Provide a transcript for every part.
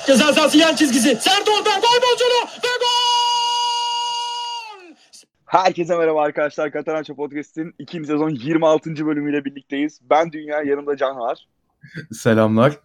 Ceza sahası yan çizgisi. Sert orta. Gol pozisyonu. Ve gol! Herkese merhaba arkadaşlar. Katalanca Podcast'in 2. sezon 26. bölümüyle birlikteyiz. Ben Dünya, yanımda Can var. Selamlar.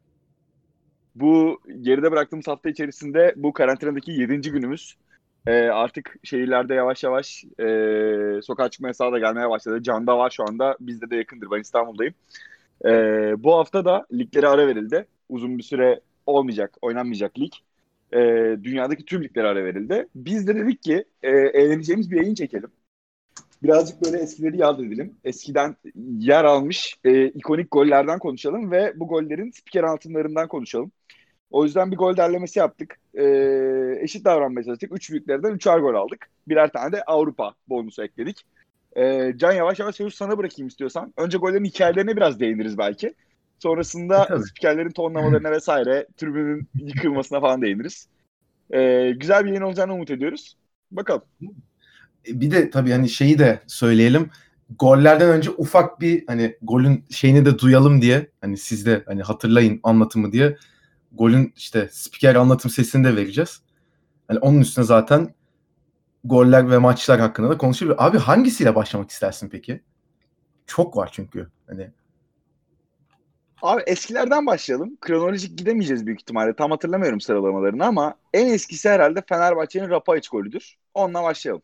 Bu geride bıraktığımız hafta içerisinde bu karantinadaki 7. günümüz. Artık şehirlerde yavaş yavaş sokağa çıkma yasağı da gelmeye başladı. Can da var şu anda. Bizde de yakındır. Ben İstanbul'dayım. Bu hafta da liglere ara verildi. Uzun bir süre olmayacak, oynanmayacak lig. Dünyadaki tüm liglere ara verildi. Biz de dedik ki eğleneceğimiz bir yayın çekelim. Birazcık böyle eskileri yad edelim. Eskiden yer almış ikonik gollerden konuşalım ve bu gollerin spiker anlatımlarından konuşalım. O yüzden bir gol derlemesi yaptık. Eşit davranmaya çalıştık. 3 büyüklerden 3'er gol aldık. Birer tane de Avrupa bonusu ekledik. Can, yavaş yavaş sözü sana bırakayım istiyorsan. Önce gollerin hikayelerine biraz değiniriz belki. Sonrasında spikerlerin tonlamalarına vesaire, tribünün yıkılmasına falan değiniriz. Güzel bir yayın olacağını umut ediyoruz. Bakalım. Bir de tabii hani şeyi de söyleyelim. Gollerden önce ufak bir hani golün şeyini de duyalım diye, hani siz de hani hatırlayın anlatımı diye, golün işte spiker anlatım sesini de vereceğiz. Hani onun üstüne zaten goller ve maçlar hakkında da konuşuruz. Abi hangisiyle başlamak istersin peki? Çok var çünkü. Hani Abi eskilerden başlayalım. Kronolojik gidemeyeceğiz büyük ihtimalle. Tam hatırlamıyorum sıralamalarını ama en eskisi herhalde Fenerbahçe'nin Rapaiç golüdür. Onunla başlayalım.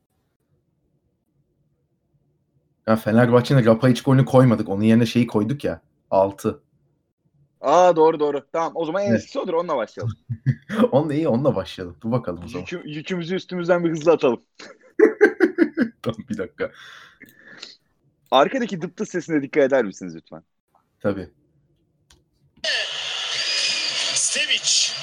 ya Fenerbahçe'nin Rapaiç golünü koymadık. Onun yerine şeyi koyduk ya. 6. Aa, doğru. Tamam, o zaman en Evet. eskisi odur, onunla başlayalım. Onunla başlayalım. Dur bakalım o zaman. Yükümüzü üstümüzden bir hızlı atalım. Tamam, bir dakika. Arkadaki dıptı sesine dikkat eder misiniz lütfen? Tabii. Stevic.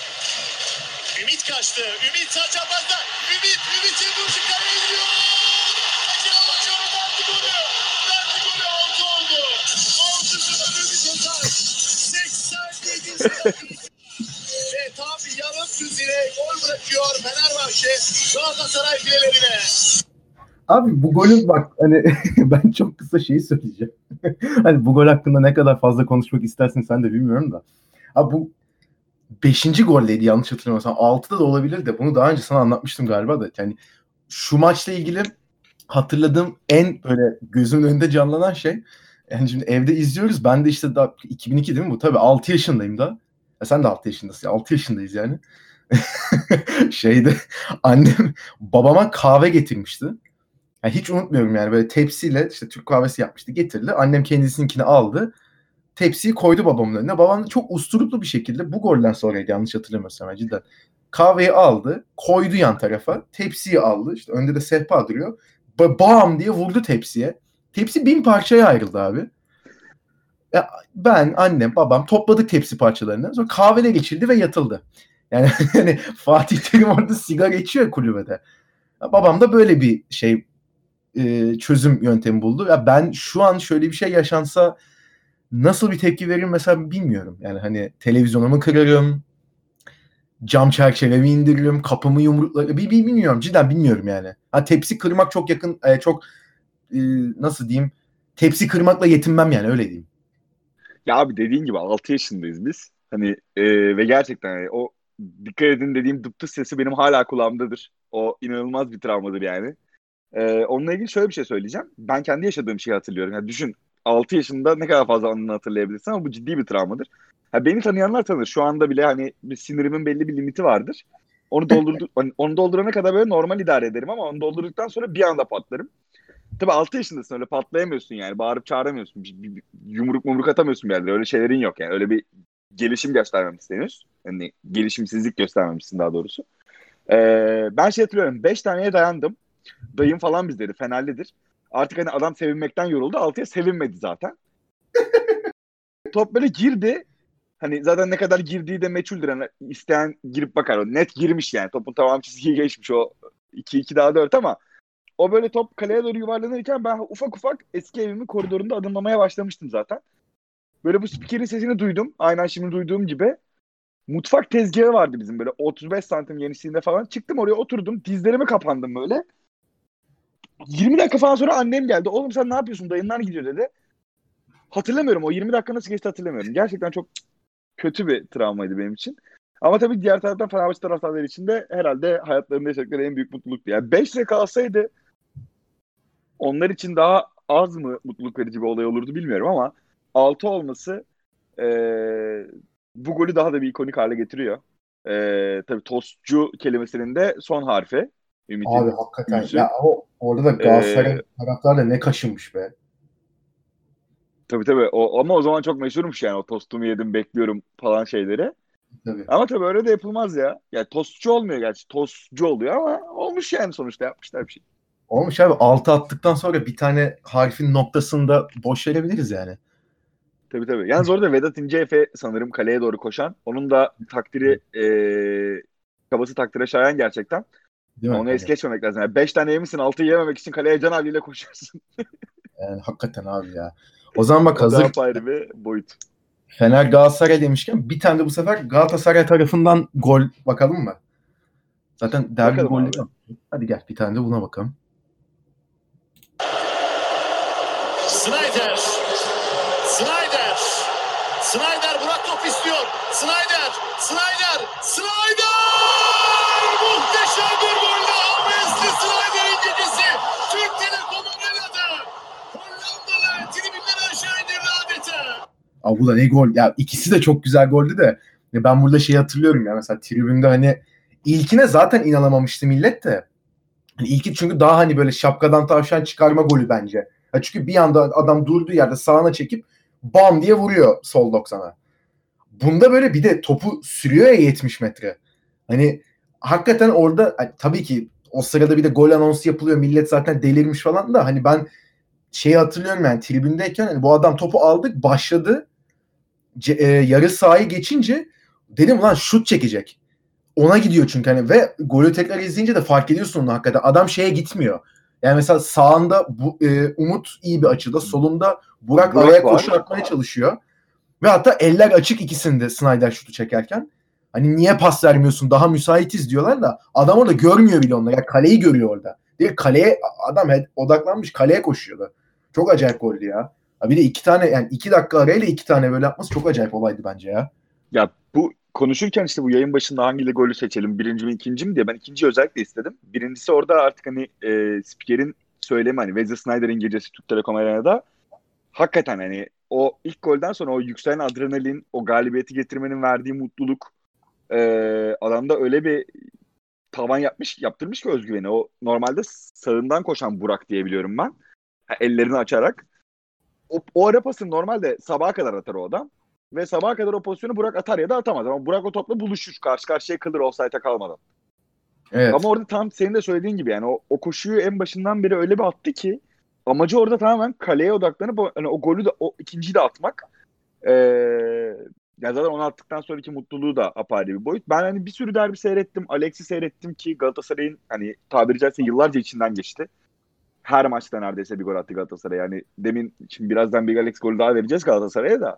Ümit kaçtı. Ümit saç yapmazda. Ümit'in vuruşu kaleye gidiyor. Acaba bakıyorum, verdi golü. 6 oldu. 6-0 Ümit Özay. 87. Ve tam yarım düzine gol bırakıyor Fenerbahçe Galatasaray filelerine. Abi bu golün bak hani ben çok kısa şeyi söyleyeceğim. Hani bu gol hakkında ne kadar fazla konuşmak istersin sen de bilmiyorum da. Abi bu 5. goldeydi yanlış hatırlamıyorsam. 6'da da olabilir de bunu daha önce sana anlatmıştım galiba da. Yani şu maçla ilgili hatırladığım en böyle gözümün önünde canlanan şey, yani şimdi evde izliyoruz. Ben de işte daha 2002 değil mi bu? Tabii 6 yaşındayım da. Ya sen de 6 yaşındasın. 6 yaşındayız yani. Şeyde annem babama kahve getirmişti. Yani hiç unutmuyorum yani, böyle tepsiyle işte Türk kahvesi yapmıştı, getirdi. Annem kendisininkini aldı. Tepsiyi koydu babamın önüne. Babam da çok usturuplu bir şekilde, bu golden sonraydı yanlış hatırlamıyorsam yani, cidden. Kahveyi aldı, koydu yan tarafa. Tepsiyi aldı. İşte önde de sehpa duruyor. Bam diye vurdu tepsiye. Tepsi 1000 parçaya ayrıldı abi. Ya ben, annem, babam topladık tepsi parçalarını. Sonra kahvede geçildi ve yatıldı. Yani hani Fatih Terim orada sigara içiyor kulübede. Ya babam da böyle bir şey çözüm yöntemi buldu. Ya ben şu an şöyle bir şey yaşansa nasıl bir tepki veririm mesela bilmiyorum. Yani hani televizyonumu kırarım, cam çerçevemi indiririm, kapımı yumruklarım. Bilmiyorum, cidden bilmiyorum yani. Ha, tepsi kırmak çok yakın, çok nasıl diyeyim, tepsi kırmakla yetinmem yani, öyle diyeyim. Ya abi, dediğin gibi 6 yaşındayız biz. Hani ve gerçekten yani o dikkat edin dediğim dıptı sesi benim hala kulağımdadır. O inanılmaz bir travmadır yani. Onunla ilgili şöyle bir şey söyleyeceğim. Ben kendi yaşadığım şeyi hatırlıyorum. Yani düşün, 6 yaşında ne kadar fazla anını hatırlayabilirsin ama bu ciddi bir travmadır. Ha, beni tanıyanlar tanır. Şu anda bile hani bir sinirimin belli bir limiti vardır. Onu doldurana kadar böyle normal idare ederim ama onu doldurduktan sonra bir anda patlarım. Tabii 6 yaşındasın, öyle patlayamıyorsun yani. Bağırıp çağıramıyorsun. Bir yumruk atamıyorsun bir yerde. Öyle şeylerin yok yani. Öyle bir gelişim göstermemişsin henüz. Yani gelişimsizlik göstermemişsin daha doğrusu. Ben şey hatırlıyorum. 5 taneye dayandım. Dayım falan bizleri Fenerlidir. Artık hani adam sevinmekten yoruldu. 6'ya sevinmedi zaten. Top böyle girdi. Hani zaten ne kadar girdiği de meçhuldür. Yani isteyen girip bakar. O net girmiş yani. Topun tamam çizgiyi geçmiş. O 2-2 daha 4 ama o böyle top kaleye doğru yuvarlanırken ben ufak ufak eski evimin koridorunda adımlamaya başlamıştım zaten. Böyle bu spikerin sesini duydum. Aynen şimdi duyduğum gibi. Mutfak tezgahı vardı bizim, böyle 35 santim genişliğinde falan. Çıktım oraya, oturdum. Dizlerime kapandım böyle. 20 dakika falan sonra annem geldi. Oğlum sen ne yapıyorsun? Dayınlar gidiyor dedi. Hatırlamıyorum, o 20 dakika nasıl geçti hatırlamıyorum. Gerçekten çok kötü bir travmaydı benim için. Ama tabii diğer taraftan Fenerbahçe taraftarları için de herhalde hayatlarında yaşadıkları en büyük mutluluktu. Yani 5'le kalsaydı onlar için daha az mı mutluluk verici bir olay olurdu bilmiyorum ama 6 olması bu golü daha da bir ikonik hale getiriyor. Tabii tostçu kelimesinin de son harfi. Ümit'in Abi hakikaten yüzü. ya orada da Galatasaray taraftarı ne kaşınmış be. Tabii ama o zaman çok meşhurmuş yani o tostumu yedim bekliyorum falan şeyleri. Tabii. Ama tabii öyle de yapılmaz ya. Yani tostçu olmuyor gerçi. Tostçu oluyor ama olmuş yani sonuçta yapmışlar bir şey. Olmuş abi 6 attıktan sonra bir tane harfin noktasında boş verebiliriz yani. Tabii. Yalnız orada Vedat İnceefe sanırım kaleye doğru koşan. Onun da takdiri kabası takdire şayan gerçekten. Değil mi? Onu es Hani, geçmemek lazım. Yani 5 tane yemişsin 6'yı yememek için kaleye Can abiyle koşarsın. yani hakikaten abi ya. O zaman bak O da hazır apayrı bir boyut. Fener Galatasaray demişken bir tane de bu sefer Galatasaray tarafından gol bakalım mı? Zaten derbi Bakalım golleri. abi. Hadi gel bir tane de buna bakalım. Snyder. Burak top istiyor. Snyder. Muhteşem bir gol daha. Wesley Snyder'in gecesi. Türk Telekom'un oynadı. Hollandalı tribünleri aşağı indirdi adeta. Abi bu da ne gol. Ya ikisi de çok güzel goldü de. Ben burada şeyi hatırlıyorum ya mesela tribünde hani ilkine zaten inanamamıştı millet de. Hani ilki çünkü daha hani böyle şapkadan tavşan çıkarma golü bence. Ya çünkü bir anda adam durduğu yerde sağına çekip bam diye vuruyor sol 90'a. Bunda böyle bir de topu sürüyor ya 70 metre. Hani hakikaten orada tabii ki o sırada bir de gol anonsu yapılıyor. Millet zaten delirmiş falan da hani ben şeyi hatırlıyorum yani tribündeyken hani bu adam topu aldık başladı. Yarı sahayı geçince dedim lan şut çekecek. Ona gidiyor çünkü hani ve golü tekrar izleyince de fark ediyorsun onu hakikaten. Adam şeye gitmiyor. Yani mesela sağında Umut iyi bir açıda, solunda Burak araya var. koşu atmaya çalışıyor. Ve hatta eller açık ikisinde Snyder şutu çekerken. Hani niye pas vermiyorsun? Daha müsaitiz diyorlar da adam orada görmüyor bile onları. Yani kaleyi görüyor orada. Değil kaleye adam odaklanmış kaleye koşuyordu. Çok acayip goldü ya. Bir de 2 tane yani 2 dakika arayla 2 tane böyle yapması çok acayip olaydı bence ya. Ya bu konuşurken işte bu yayın başında hangi golü seçelim? Birinci mi ikinci mi diye ben ikinciyi özellikle istedim. Birincisi orada artık hani spikerin söylemi hani Wesley Snyder'in gecesi Türk Telekom Arena'da hakikaten hani o ilk golden sonra o yükselen adrenalin, o galibiyeti getirmenin verdiği mutluluk adamda öyle bir tavan yaptırmış ki özgüveni. O normalde sağından koşan Burak diye biliyorum ben. Ellerini açarak. O ara pasını normalde sabaha kadar atar o adam. Ve sabaha kadar o pozisyonu Burak atar ya da atamaz. Ama Burak o topla buluşur. Karşı karşıya kalır offside'a kalmadan. Evet. Ama orada tam senin de söylediğin gibi yani o koşuyu en başından beri öyle bir attı ki amacı orada tamamen kaleye odaklanıp hani o golü de o ikinciyi de atmak. Ya zaten onu attıktan sonraki mutluluğu da apayrı bir boyut. Ben hani bir sürü derbi seyrettim. Alex'i seyrettim ki Galatasaray'ın hani tabiri caizse yıllarca içinden geçti. Her maçta neredeyse bir gol attı Galatasaray. Yani demin şimdi birazdan bir Alex golü daha vereceğiz Galatasaray'a da.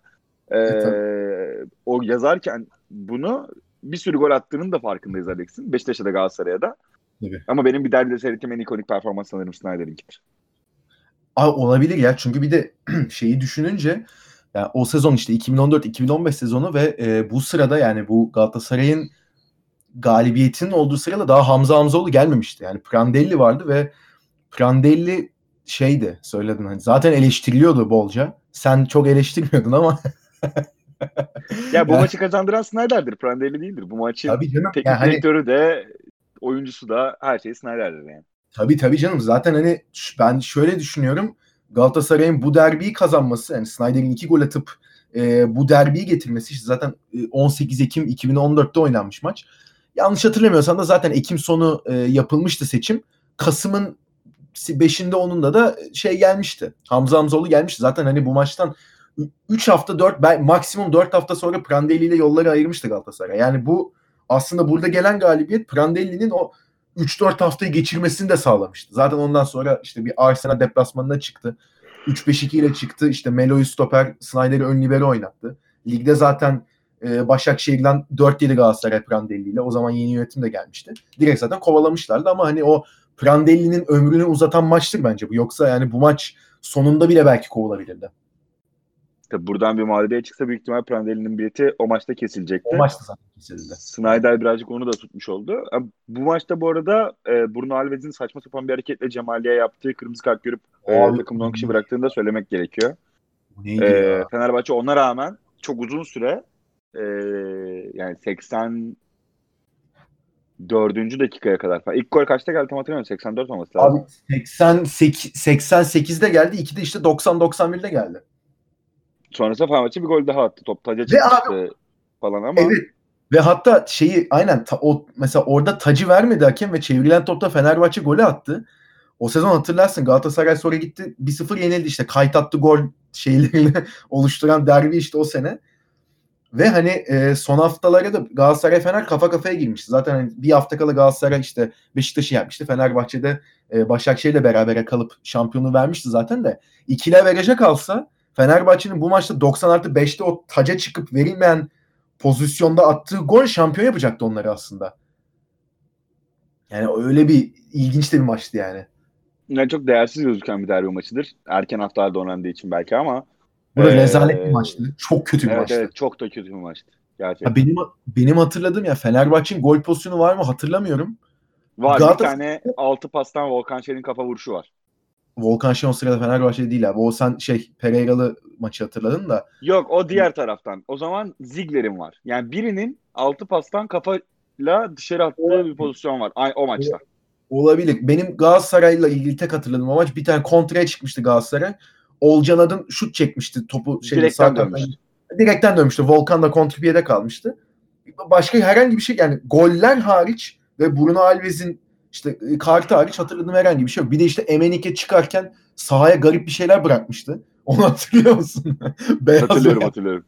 O yazarken bunu bir sürü gol attığının da farkındayız Alex'in. Beşiktaş'a da Galatasaray'a da. Tabii. Ama benim bir derbide seyrettiğim en ikonik performans sanırım Snyder'inkidir. Olabilir ya çünkü bir de şeyi düşününce yani o sezon işte 2014-2015 sezonu ve bu sırada yani bu Galatasaray'ın galibiyetinin olduğu sırada daha Hamza Hamzoğlu gelmemişti. Yani Prandelli vardı ve Prandelli şeydi söyledin hani zaten eleştiriliyordu bolca. Sen çok eleştirmiyordun ama Ya bu yani, maçı kazandıran Snyder'dir. Prandelli değildir. Bu maçın tabii canım. teknik Yani hani, direktörü de oyuncusu da her şey Snyder'dir yani. tabii canım. Zaten hani ben şöyle düşünüyorum. Galatasaray'ın bu derbiyi kazanması yani Snyder'in 2 gol atıp bu derbiyi getirmesi işte zaten 18 Ekim 2014'te oynanmış maç. Yanlış hatırlamıyorsam da zaten Ekim sonu yapılmıştı seçim. Kasım'ın 5'inde 10'unda da şey gelmişti. Hamza Hamzoğlu gelmişti. Zaten hani bu maçtan 3 hafta 4 maksimum 4 hafta sonra Prandelli ile yolları ayırmıştı Galatasaray. Yani bu aslında burada gelen galibiyet Prandelli'nin o 3-4 haftayı geçirmesini de sağlamıştı. Zaten ondan sonra işte bir Arsenal deplasmanına çıktı. 3-5-2 ile çıktı. İşte Melo'yu stoper, Snyder'i ön libero oynattı. Ligde zaten Başakşehir'den 4-7 Galatasaray Prandelli ile. O zaman yeni yönetim de gelmişti. Direkt zaten kovalamışlardı ama hani o Prandelli'nin ömrünü uzatan maçtır bence bu. Yoksa yani bu maç sonunda bile belki kovulabilirdi. Tabii buradan bir mağlubiyet çıksa büyük ihtimal Prandelli'nin bileti o maçta O kesilecekti. maçta zaten kesildi. Snyder birazcık onu da tutmuş oldu. Bu maçta bu arada Bruno Alves'in saçma sapan bir hareketle Cemali'ye yaptığı kırmızı kart görüp Abi, takımdan 10 kişi bıraktığını da söylemek gerekiyor. bu neydi ya? Fenerbahçe ona rağmen çok uzun süre yani 84. dakikaya kadar falan. İlk gol kaçta geldi tam hatırlamıyorum. 84 olması lazım. Abi 88'de geldi. 2 de işte 90-91'de geldi. Sonrasında Fenerbahçe bir gol daha attı. Top taca Ve çıkmıştı falan ama Evet. Ve hatta şeyi aynen mesela orada tacı vermedi hakem ve çevrilen topta Fenerbahçe golü attı. O sezon hatırlarsın Galatasaray sonra gitti 1-0 yenildi işte kayıt attı gol şeylerini oluşturan derbi işte o sene. Ve hani son haftalara da Galatasaray Fener kafa kafaya girmişti. Zaten hani bir hafta kala Galatasaray işte Beşiktaş'ı yapmıştı. Fenerbahçe'de Başakşehir'le berabere kalıp şampiyonu vermişti zaten de. İkile verecek kalsa Fenerbahçe'nin bu maçta 90+5'te o taca çıkıp verilmeyen pozisyonda attığı gol şampiyon yapacaktı onları aslında. Yani öyle bir ilginç de bir maçtı yani. yani çok değersiz gözüken bir derbi maçıdır. Erken haftalarda oynandığı için belki ama Bu da rezalet bir maçtı. Çok kötü bir evet, maçtı. Evet, çok da kötü bir maçtı. Gerçekten. Ha, benim hatırladığım ya Fenerbahçe'nin gol pozisyonu var mı hatırlamıyorum. Var Galatasaray- bir tane 6 pastan Volkan Şen'in kafa vuruşu var. Volkan Şen o sırada Fenerbahçe'de değil abi. O sen Pereira'lı maçı hatırladın da. Yok o diğer taraftan. O zaman Ziegler'in var. Yani birinin 6 pastan kafayla dışarı attığı bir pozisyon var. O maçta. Olabilir. Benim Galatasaray'la ilgili tek hatırladığım o maç bir tane kontraya çıkmıştı Galatasaray. Olcan Adın şut çekmişti topu Direkten dönmüştü. Direkten dönmüştü. Volkan da kontrpiyede kalmıştı. Başka herhangi bir şey yani goller hariç ve Bruno Alves'in işte kartı hariç hatırladığım herhangi bir şey yok. Bir de işte Emenike çıkarken sahaya garip bir şeyler bırakmıştı. Onu hatırlıyor musun? Beyaz Hatırlıyorum.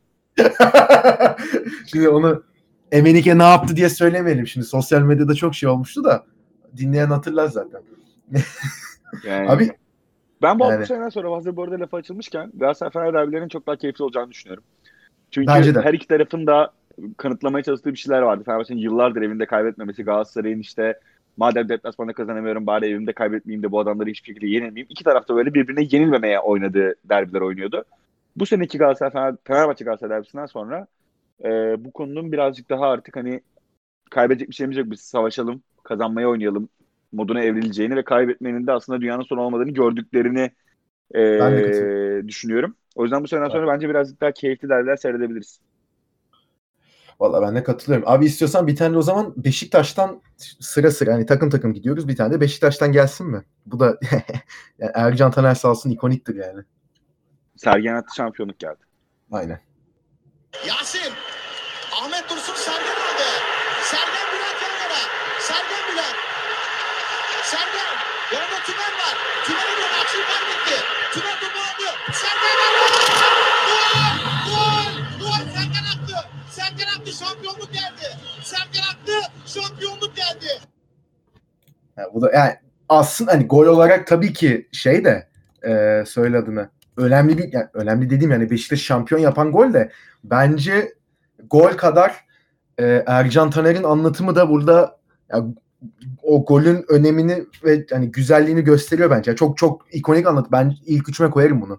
Şimdi onu Emenike ne yaptı diye söylemeyelim. Şimdi sosyal medyada çok şey olmuştu da dinleyen hatırlar zaten. Yani, Abi ben bu yani, seneden sonra hazır bu arada lafı açılmışken Galatasaray Fener derbilerinin çok daha keyifli olacağını düşünüyorum. Çünkü bence de. her iki tarafın da kanıtlamaya çalıştığı bir şeyler vardı. Fenerbahçe'nin yıllardır evinde kaybetmemesi, Galatasaray'ın işte madem deplasmanda kazanamıyorum bari evimde kaybetmeyeyim de bu adamları hiçbir şekilde yenilmeyeyim. İki tarafta böyle birbirine yenilmemeye oynadığı derbiler oynuyordu. Bu seneki Fenerbahçe Galatasaray derbisinden sonra bu konunun birazcık daha artık hani kaybedecek bir şeyimiz yok. Biz savaşalım, kazanmaya oynayalım moduna evrileceğini ve kaybetmenin de aslında dünyanın sonu olmadığını gördüklerini Ben de düşünüyorum. O yüzden bu seneden sonra bence birazcık daha keyifli derbiler seyredebiliriz. Valla ben de katılıyorum. Abi istiyorsan bir tane de o zaman Beşiktaş'tan sıra sıra hani takım takım gidiyoruz. Bir tane de Beşiktaş'tan gelsin mi? Bu da yani Ercan Taner sağ olsun ikoniktir yani. Sergen attı şampiyonluk geldi. Aynen. Yasin. Ahmet Dursun Sergen aldı. Sergen Bülent yanlara. Sergen Bülent. Sergen. Yanında Tümer var. Tümer'e doğru açıyı kaybetti. Tümer topu aldı. Sergen aldı. Gol! Gol! Sergen attı. Sergen attı. Şampiyonluk geldi. Sergen attı. Şampiyonluk geldi. Yani bu da yani aslında hani gol olarak tabii ki söyle adını. Önemli bir yani önemli dediğim yani Beşiktaş şampiyon yapan gol de bence gol kadar Ercan Taner'in anlatımı da burada yani, o golün önemini ve hani güzelliğini gösteriyor bence. Çok çok ikonik anlatım. Ben ilk üçüme koyarım bunu.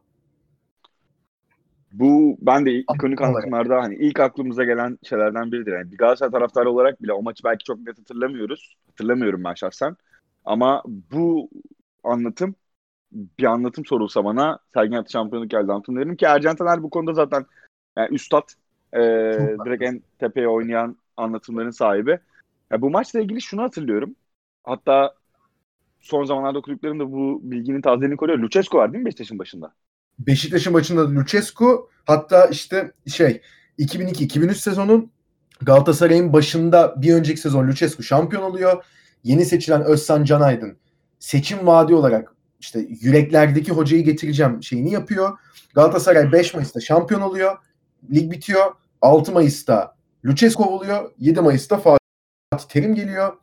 Bu ben de ikonik anlatımlarda hani ilk aklımıza gelen şeylerden biridir. Yani bir Galatasaray taraftarı olarak bile o maçı belki çok net hatırlamıyoruz. Hatırlamıyorum ben şahsen. Ama bu anlatım bir anlatım sorulsa bana Sergen Yalçın şampiyonluk geldi anlatım derim ki Ercan Taner bu konuda zaten yani üstad direkt en tepeye oynayan anlatımların sahibi. Ya bu maçla ilgili şunu hatırlıyorum. Hatta son zamanlarda okuduklarım da bu bilginin tazeliğini koruyor. Lucescu var değil mi Beşiktaş'ın başında? Beşiktaş'ın başında Lucescu hatta işte 2002-2003 sezonun Galatasaray'ın başında bir önceki sezon Lucescu şampiyon oluyor. Yeni seçilen Özcan Canaydın seçim vaadi olarak işte yüreklerdeki hocayı getireceğim şeyini yapıyor. Galatasaray 5 Mayıs'ta şampiyon oluyor. Lig bitiyor. 6 Mayıs'ta Lucescu oluyor. 7 Mayıs'ta Fatih Terim geliyor.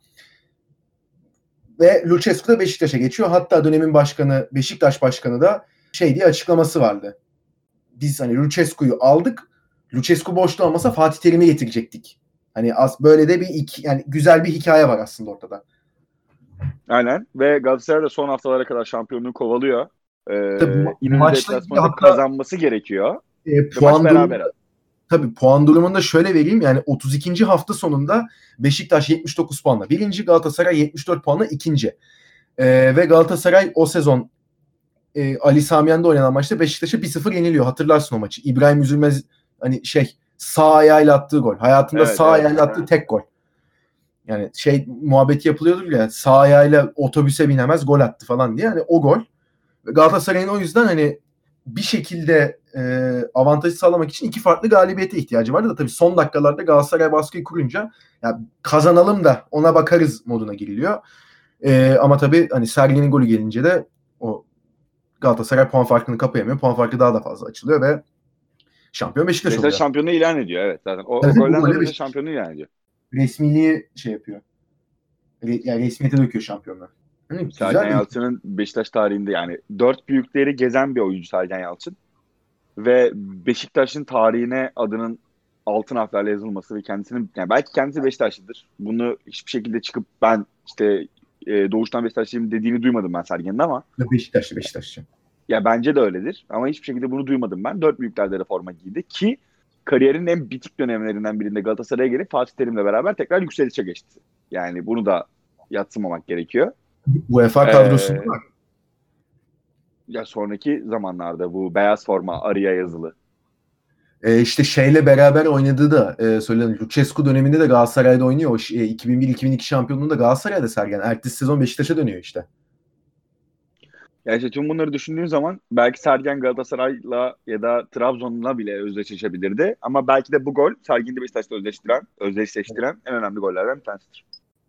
Ve Lucescu da Beşiktaş'a geçiyor. Hatta dönemin başkanı, Beşiktaş başkanı da diye açıklaması vardı. Biz hani Lucescu'yu aldık. Lucescu boşta olmasa Fatih Terim'i getirecektik. Hani böyle de yani güzel bir hikaye var aslında ortada. Aynen ve Galatasaray da son haftalara kadar şampiyonluğu kovalıyor. Tabii İnönü deplasmanında kazanması gerekiyor. Puan Maç durumu, beraber. tabii puan durumunda şöyle vereyim. Yani 32. hafta sonunda Beşiktaş 79 puanla birinci, Galatasaray 74 puanla ikinci. Ve Galatasaray o sezon Ali Sami Yen'de oynanan maçta Beşiktaş'a 1-0 yeniliyor. Hatırlarsın o maçı. İbrahim Üzülmez hani sağ ayağıyla attığı gol. Hayatında Evet, sağ evet. ayağıyla attığı tek gol. Yani muhabbeti yapılıyordur ya, sağ ayağıyla otobüse binemez gol attı falan diye. Yani o gol. Galatasaray'ın o yüzden hani bir şekilde avantajı sağlamak için iki farklı galibiyete ihtiyacı vardı da tabii son dakikalarda Galatasaray baskıyı kurunca ya kazanalım da ona bakarız moduna giriliyor. Ama tabii hani Sergen'in golü gelince de o Galatasaray puan farkını kapayamıyor. Puan farkı daha da fazla açılıyor ve şampiyon Beşiktaş Mesela oluyor. şampiyonu ilan ediyor, evet zaten. O Evet, golden bu golle sonra şampiyonu ilan ediyor. Resmiliği yapıyor. Yani resmiyete döküyor şampiyonlar. Hani Sergen güzel Yalçın'ın Beşiktaş tarihinde yani 4 büyükleri gezen bir oyuncu Sergen Yalçın. Ve Beşiktaş'ın tarihine adının altın harflerle yazılması ve kendisinin, yani belki kendisi Beşiktaşlıdır. Bunu hiçbir şekilde çıkıp ben işte doğuştan Beşiktaşlıyım dediğini duymadım ben Sergen'in ama Beşiktaşlı. ya bence de öyledir. Ama hiçbir şekilde bunu duymadım ben. 4 büyüklerde de forma giydi ki kariyerinin en bitik dönemlerinden birinde Galatasaray'a gelip Fatih Terim'le beraber tekrar yükselişe geçti. Yani bunu da yadsımamak gerekiyor. UEFA kadrosunda var. Ya sonraki zamanlarda bu beyaz forma arıya yazılı. İşte şeyle beraber oynadığı da söylenen Lucescu döneminde de Galatasaray'da oynuyor. O 2001-2002 şampiyonluğunda Galatasaray'da Sergen. Ertesi sezon Beşiktaş'a dönüyor işte. Yani işte tüm bunları düşündüğün zaman belki Sergen Galatasaray'la ya da Trabzon'la bile özdeşleşebilirdi. Ama belki de bu gol Sergen'i Beşiktaş'ta özdeşleştiren en önemli gollerden bir tanesidir.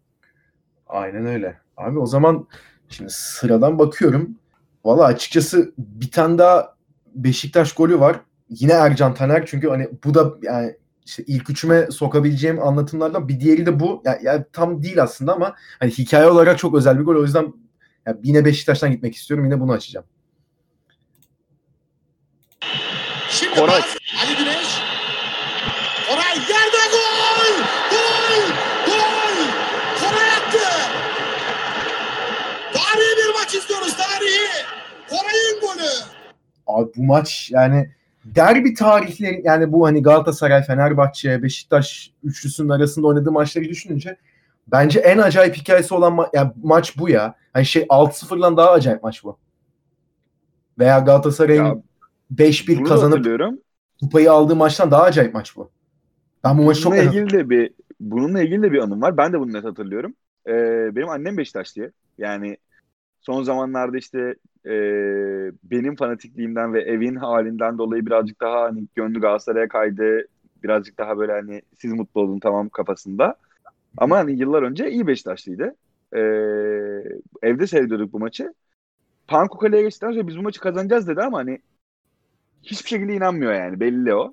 Aynen öyle. Abi o zaman şimdi sıradan bakıyorum. Valla açıkçası bir tane daha Beşiktaş golü var. Yine Ercan Taner, çünkü hani bu da yani işte ilk üçüme sokabileceğim anlatımlardan bir diğeri de bu. Yani tam değil aslında ama hani hikaye olarak çok özel bir gol. O yüzden yani yine Beşiktaş'tan gitmek istiyorum. Yine bunu açacağım. Şimdi Koray. pas. Ali Güneş. Koray yerde gol! Gol! Gol! Koray attı! Tarihi bir maç izliyoruz, tarihi! Koray'ın golü! Abi bu maç yani derbi tarihleri, yani bu hani Galatasaray, Fenerbahçe, Beşiktaş üçlüsünün arasında oynadığı maçları düşününce bence en acayip hikayesi olan yani maç bu ya. Hani 6-0'dan daha acayip maç bu. Veya Galatasaray'ın 5-1 Bunu da kazanıp hatırlıyorum. kupayı aldığı maçtan daha acayip maç bu. Ben bu maçı çok Bununla ilgili de bir anım var. Ben de bunu net hatırlıyorum. Benim annem Beşiktaşlı. Yani son zamanlarda işte benim fanatikliğimden ve evin halinden dolayı birazcık daha hani gönlü Galatasaray'a kaydı. Birazcık daha böyle hani siz mutlu olun tamam kafasında. Ama hani yıllar önce iyi Beşiktaşlıydı. Evde seyrediyorduk bu maçı. Panko Kale'ye geçtikten sonra biz bu maçı kazanacağız dedi ama hani hiçbir şekilde inanmıyor yani, belli o.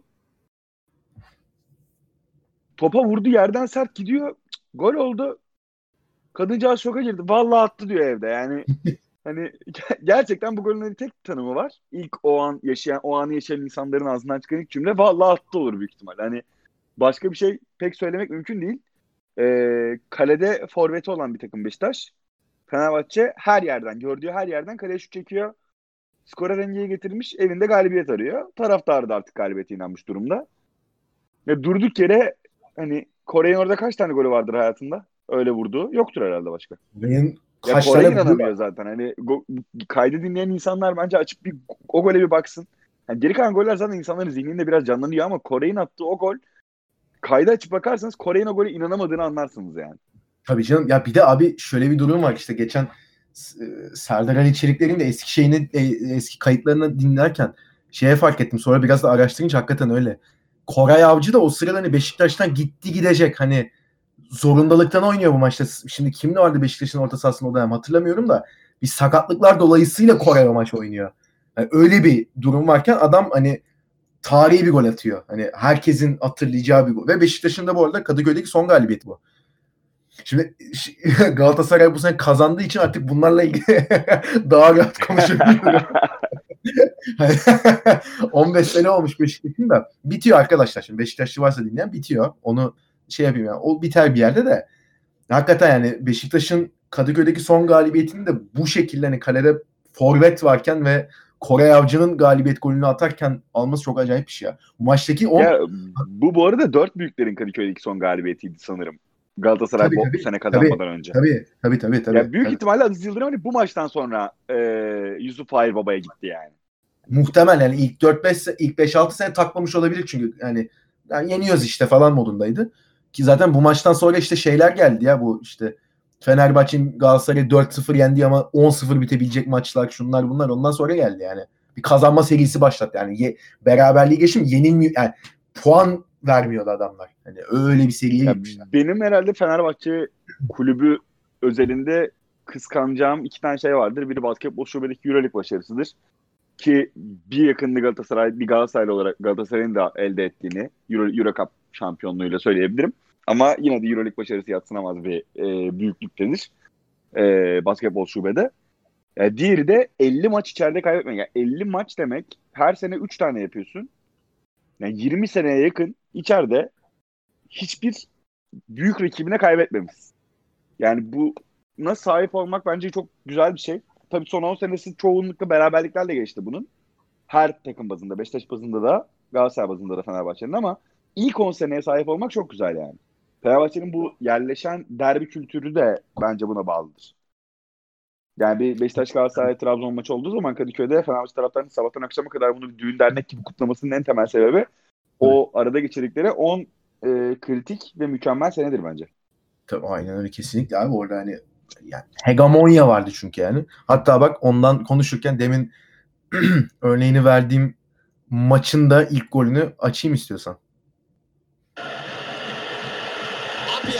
Topa vurdu, yerden sert gidiyor. Gol oldu. Kadıncağız şoka girdi. Vallahi attı diyor evde. Yani hani gerçekten bu golün tek tanımı var. İlk o anı yaşayan insanların ağzından çıkan ilk cümle vallahi attı olur büyük ihtimal. Hani başka bir şey pek söylemek mümkün değil. Kalede forveti olan bir takım Beşiktaş. Fenerbahçe gördüğü her yerden kaleye şut çekiyor. Skora dengeye getirmiş, evinde galibiyet arıyor. Taraftar da artık galibiyete inanmış durumda. Ve durduk yere hani Koray'ın orada kaç tane golü vardır hayatında? Öyle vurduğu yoktur herhalde başka. benim Ya kaç Koray tane inanamıyor zaten. Hani kaydı dinleyen insanlar bence açıp o gole bir baksın. Yani geri kalan goller zaten insanların zihninde biraz canlanıyor ama Koray'ın attığı o gol, kaydı açıp bakarsanız Koray'ın o gole inanamadığını anlarsınız yani. Tabii canım. Ya bir de abi şöyle bir durum var, işte geçen Serdar Ali Çelikler'in de eski kayıtlarını dinlerken fark ettim. Sonra biraz da araştırınca hakikaten öyle. Koray Avcı da o sırada hani Beşiktaş'tan gidecek, hani zorundalıktan oynuyor bu maçta. Şimdi kimle vardı Beşiktaş'ın orta sahasında o dönem hatırlamıyorum da bir sakatlıklar dolayısıyla Koray o maç oynuyor. Yani öyle bir durum varken adam hani tarihi bir gol atıyor. Hani herkesin hatırlayacağı bir gol. Ve Beşiktaş'ın da bu arada Kadıköy'deki son galibiyeti bu. Şimdi Galatasaray bu sene kazandığı için artık bunlarla ilgili daha rahat konuşabiliyorum. 15 sene olmuş Beşiktaş'ın da. Bitiyor arkadaşlar. Şimdi Beşiktaşlı varsa dinleyen bitiyor. Onu yapayım yani. O biter bir yerde de. Hakikaten yani Beşiktaş'ın Kadıköy'deki son galibiyetini de bu şekilde hani kalede forvet varken ve Koray Avcı'nın galibiyet golünü atarken alması çok acayip bir şey ya. Bu maçtaki Ya, bu arada 4 büyüklerin Kadıköy'deki son galibiyetiydi sanırım. Galatasaray Tabii, bu tabii. sene kazanmadan önce. Tabii. Ya büyük Tabii. ihtimalle Aziz Yıldırım hani bu maçtan sonra Yusuf Fahir Baba'ya gitti yani. Muhtemel yani ilk 5-6 sene takmamış olabilir çünkü yani yeniyoruz işte falan modundaydı. Ki zaten bu maçtan sonra işte şeyler geldi ya, bu işte Fenerbahçe'nin Galatasaray'ı 4-0 yendiği ama 10-0 bitebilecek maçlar, şunlar bunlar ondan sonra geldi yani. Bir kazanma serisi başlattı yani. Beraberliği geçim yenilmiyor yani, puan vermiyordu adamlar. Hani öyle bir seriye Ya gitmişler. benim herhalde Fenerbahçe kulübü özelinde kıskanacağım 2 tane şey vardır. Biri basketbol şubedeki EuroLeague başarısıdır. Ki bir yakında Galatasaray, bir Galatasaraylı olarak Galatasaray'ın da elde ettiğini Euro Cup şampiyonluğuyla söyleyebilirim. Ama yine de EuroLeague başarısı yadsınamaz bir büyüklüktedir basketbol şubede. Diğeri de 50 maç içeride kaybetmek. Yani 50 maç demek her sene 3 tane yapıyorsun. Yani 20 seneye yakın içeride hiçbir büyük rakibine kaybetmemişsin. Yani buna sahip olmak bence çok güzel bir şey. Tabii son 10 senesi çoğunlukla beraberliklerle geçti bunun. Her takım bazında, Beşiktaş bazında da, Galatasaray bazında da Fenerbahçe'nin, ama ilk 10 seneye sahip olmak çok güzel yani. Fenerbahçe'nin bu yerleşen derbi kültürü de bence buna bağlıdır. Yani bir Beşiktaş Galatasaray Trabzon maçı olduğu zaman Kadıköy'de Fenerbahçe taraftarının sabahtan akşama kadar bunu bir düğün dernek gibi kutlamasının en temel sebebi o arada geçirdikleri 10 kritik ve mükemmel senedir bence. Tabii aynen öyle, kesinlikle abi. Orada hani yani hegemonya vardı çünkü yani. Hatta bak, ondan konuşurken demin örneğini verdiğim maçın da ilk golünü açayım istiyorsan. Apia.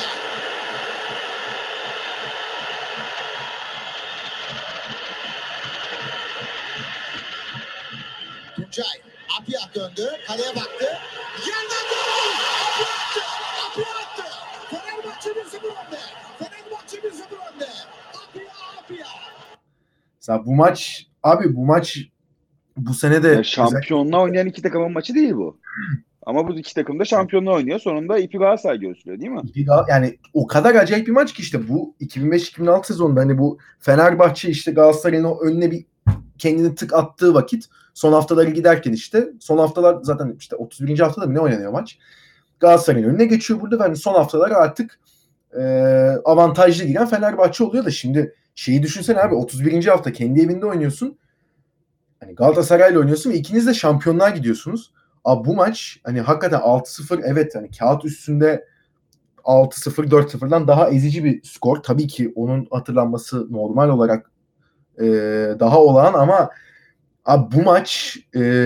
Tuncay. Apia döndü. Kaleye baktı. Yerden gol! Apia attı. Fenerbahçe 1-0 önde. Fenerbahçe 1-0 önde. Apia. Mesela bu maç bu sene de Ya şampiyonluğa oynayan 2 takımın maçı değil bu. Ama bu 2 takım da şampiyonluğa oynuyor. Sonunda ipi Galatasaray göğüslüyor değil mi? yani o kadar acayip bir maç ki işte bu 2005-2006 sezonunda hani bu Fenerbahçe işte Galatasaray'ın o önüne bir kendini tık attığı vakit, son haftaları giderken işte son haftalar zaten işte 31. haftada mı ne oynanıyor maç? Galatasaray'ın önüne geçiyor burada ve hani son haftalar artık avantajlı giren Fenerbahçe oluyor da şimdi şeyi düşünsene abi, 31. hafta kendi evinde oynuyorsun. Hani Galatasaray'la oynuyorsun ve ikiniz de şampiyonluğa gidiyorsunuz. Abi bu maç hani hakikaten 6-0, evet hani kağıt üstünde 6-0 4-0'dan daha ezici bir skor. Tabii ki onun hatırlanması normal olarak daha olağan ama abi bu maç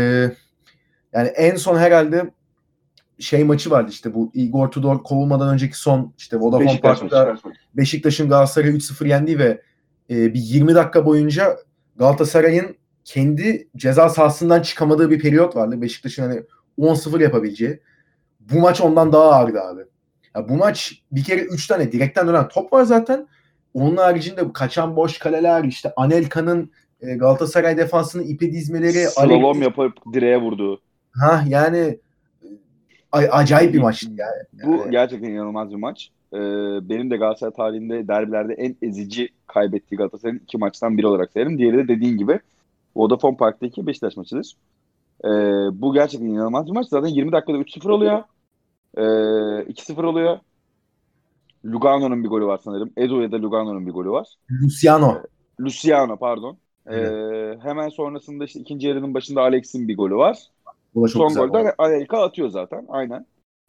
yani en son herhalde şey maçı vardı işte, bu Igor Tudor kovulmadan önceki son işte Vodafone Park'ta Beşiktaş'ın Galatasaray'ı 3-0 yendiği ve bir 20 dakika boyunca Galatasaray'ın kendi ceza sahasından çıkamadığı bir periyot vardı. Beşiktaş'ın hani 10-0 yapabileceği. Bu maç ondan daha ağırdı abi. Ya bu maç bir kere 3 tane direkten dönen top var zaten. Onun haricinde kaçan boş kaleler, işte Anelka'nın Galatasaray defansını ipe dizmeleri, Slalom yapıp direğe vurdu. Yani acayip bir maçtı yani. Bu gerçekten inanılmaz bir maç. Benim de Galatasaray tarihinde derbilerde en ezici kaybettiği Galatasaray'ın 2 maçtan biri olarak sayarım. Diğeri de dediğin gibi Vodafone Park'taki Beşiktaş maçıdır. Bu gerçekten inanılmaz bir maç. Zaten 20 dakikada 3-0 oluyor. 2-0 oluyor. Lugano'nun bir golü var sanırım. Edo ya da Lugano'nun bir golü var. Luciano pardon. Hemen sonrasında işte ikinci yarının başında Alex'in bir golü var. Son golde Anelka atıyor zaten. Aynen.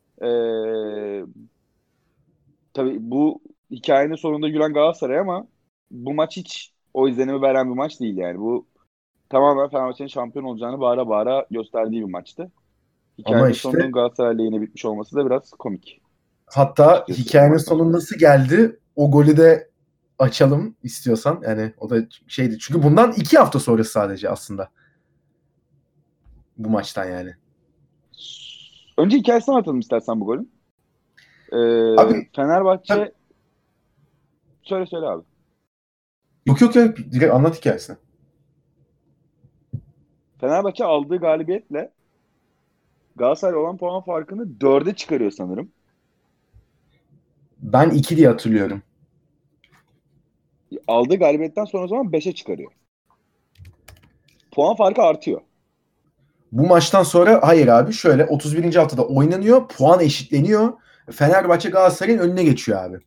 Tabii bu hikayenin sonunda gülen Galatasaray ama bu maç hiç o izlenimi veren bir maç değil yani. Bu tamamen Fenerbahçe'nin şampiyon olacağını bağıra bağıra gösterdiği bir maçtı. Hikayenin işte, sonunun Galatasaray'la yine bitmiş olması da biraz komik. Hatta hikayenin sonu nasıl geldi? O golü de açalım istiyorsan. Yani o da şeydi. Çünkü bundan 2 hafta sonrası sadece aslında. Bu maçtan yani. Önce hikayesini anlatalım istersen bu golün. Abi, Fenerbahçe tabii. Söyle abi. Yok. Direkt anlat hikayesini. Fenerbahçe aldığı galibiyetle Galatasaray olan puan farkını 4'e çıkarıyor sanırım. Ben 2 diye hatırlıyorum. Aldığı galibiyetten sonra o zaman 5'e çıkarıyor. puan farkı artıyor. Bu maçtan sonra hayır abi şöyle 31. haftada oynanıyor. Puan eşitleniyor. Fenerbahçe Galatasaray'ın önüne geçiyor abi.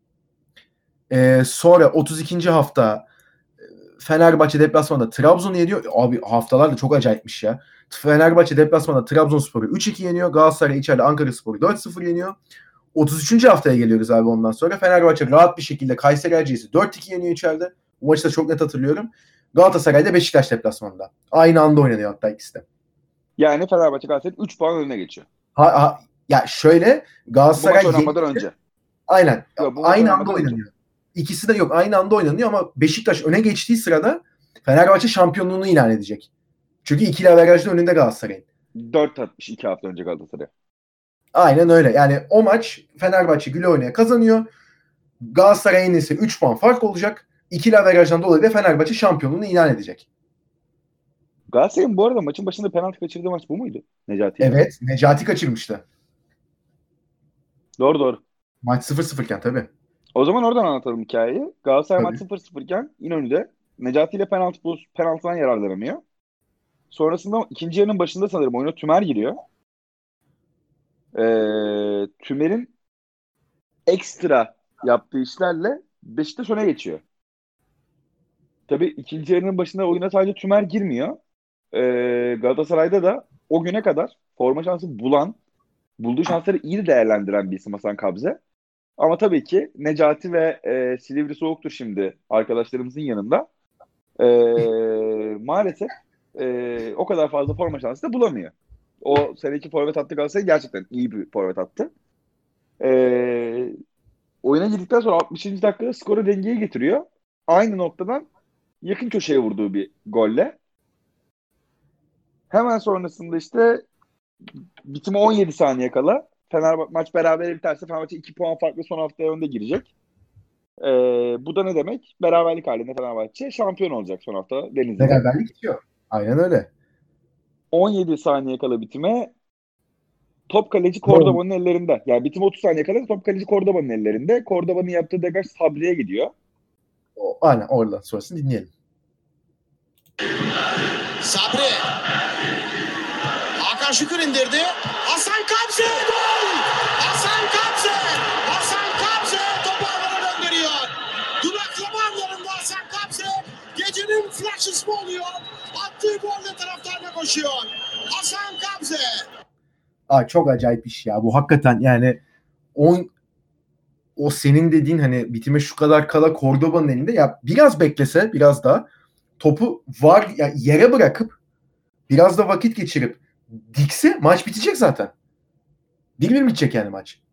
Sonra 32. hafta Fenerbahçe deplasmanda Trabzon'u yeniyor. Abi haftalar da çok acayipmiş ya. Fenerbahçe deplasmanda Trabzonspor'u 3-2 yeniyor. Galatasaray içeride Ankaraspor'u 4-0 yeniyor. 33. haftaya geliyoruz abi ondan sonra. Fenerbahçe rahat bir şekilde Kayseri Erciyes'i 4-2 yeniyor içeride. Bu maçı da çok net hatırlıyorum. Galatasaray'da Beşiktaş deplasmanında. Aynı anda oynanıyor hatta ikisi de. Yani Fenerbahçe Galatasaray'ın 3 puan önüne geçiyor. Ya şöyle Bu Galatasaray maç oynanmadan önce. Aynen. Yok, bu maç Aynı anda oynanmadan önce. oynanıyor. İkisi de yok. Aynı anda oynanıyor ama Beşiktaş öne geçtiği sırada Fenerbahçe şampiyonluğunu ilan edecek. Çünkü ikili averajlı önünde Galatasaray'ın. 4 atmış 2 hafta önce Galatasaray. Aynen öyle. Yani o maç Fenerbahçe güle oynaya kazanıyor. Galatasaray'ın ise 3 puan fark olacak. İkili averajdan dolayı da Fenerbahçe şampiyonluğunu ilan edecek. Galatasaray'ın bu arada maçın başında penaltı kaçırdığı maç bu muydu? Necati. Evet. Necati kaçırmıştı. Doğru. Maç 0-0 iken tabii. O zaman oradan anlatalım hikayeyi. Galatasaray Tabii. maç 0-0 iken İnönü'de Necati ile penaltıdan yararlanamıyor. Sonrasında ikinci yarının başında sanırım oyuna Tümer giriyor. Tümer'in ekstra yaptığı işlerle Beşiktaş öne geçiyor. Tabii ikinci yarının başında oyuna sadece Tümer girmiyor. Galatasaray'da da o güne kadar forma şansı bulduğu şansları iyi de değerlendiren bir isim Hasan Kabze. Ama tabii ki Necati ve Silivri Soğuk'tur şimdi arkadaşlarımızın yanında. Maalesef o kadar fazla forma şansı da bulamıyor. O seneki forvet attı Galatasaray gerçekten iyi bir forvet attı. Oyuna girdikten sonra 60. dakikada skoru dengeye getiriyor. Aynı noktadan yakın köşeye vurduğu bir golle. Hemen sonrasında işte bitime 17 saniye kala Fenerbahçe maç berabere biterse Fenerbahçe 2 puan farklı son haftaya önde girecek. Bu da ne demek? Beraberlik halinde Fenerbahçe şampiyon olacak son hafta Denizli'de. Beraberlik bitiyor. Aynen öyle. 17 saniye kala bitime top kaleci Cordoba'nın ellerinde. Yani bitime 30 saniye kala top kaleci Cordoba'nın ellerinde. Cordoba'nın yaptığı degaj Sabri'ye gidiyor. Aynen oradan sonrasını dinleyelim. Sabri. Hakan Şükür indirdi. Hasan Kabze gol! Hasan Kabze! Hasan Kabze topu alana gönderiyor. Duraklama anlarında Hasan Kabze gecenin flash ismi oluyor. Attığı golle taraftarına koşuyor. Hasan Kabze. Çok acayip iş ya. Bu hakikaten yani o senin dediğin hani bitime şu kadar kala Cordoba'nın elinde ya biraz beklese biraz daha topu yani yere bırakıp biraz da vakit geçirip dikse maç bitecek zaten. 1-1 bitecek yani maç.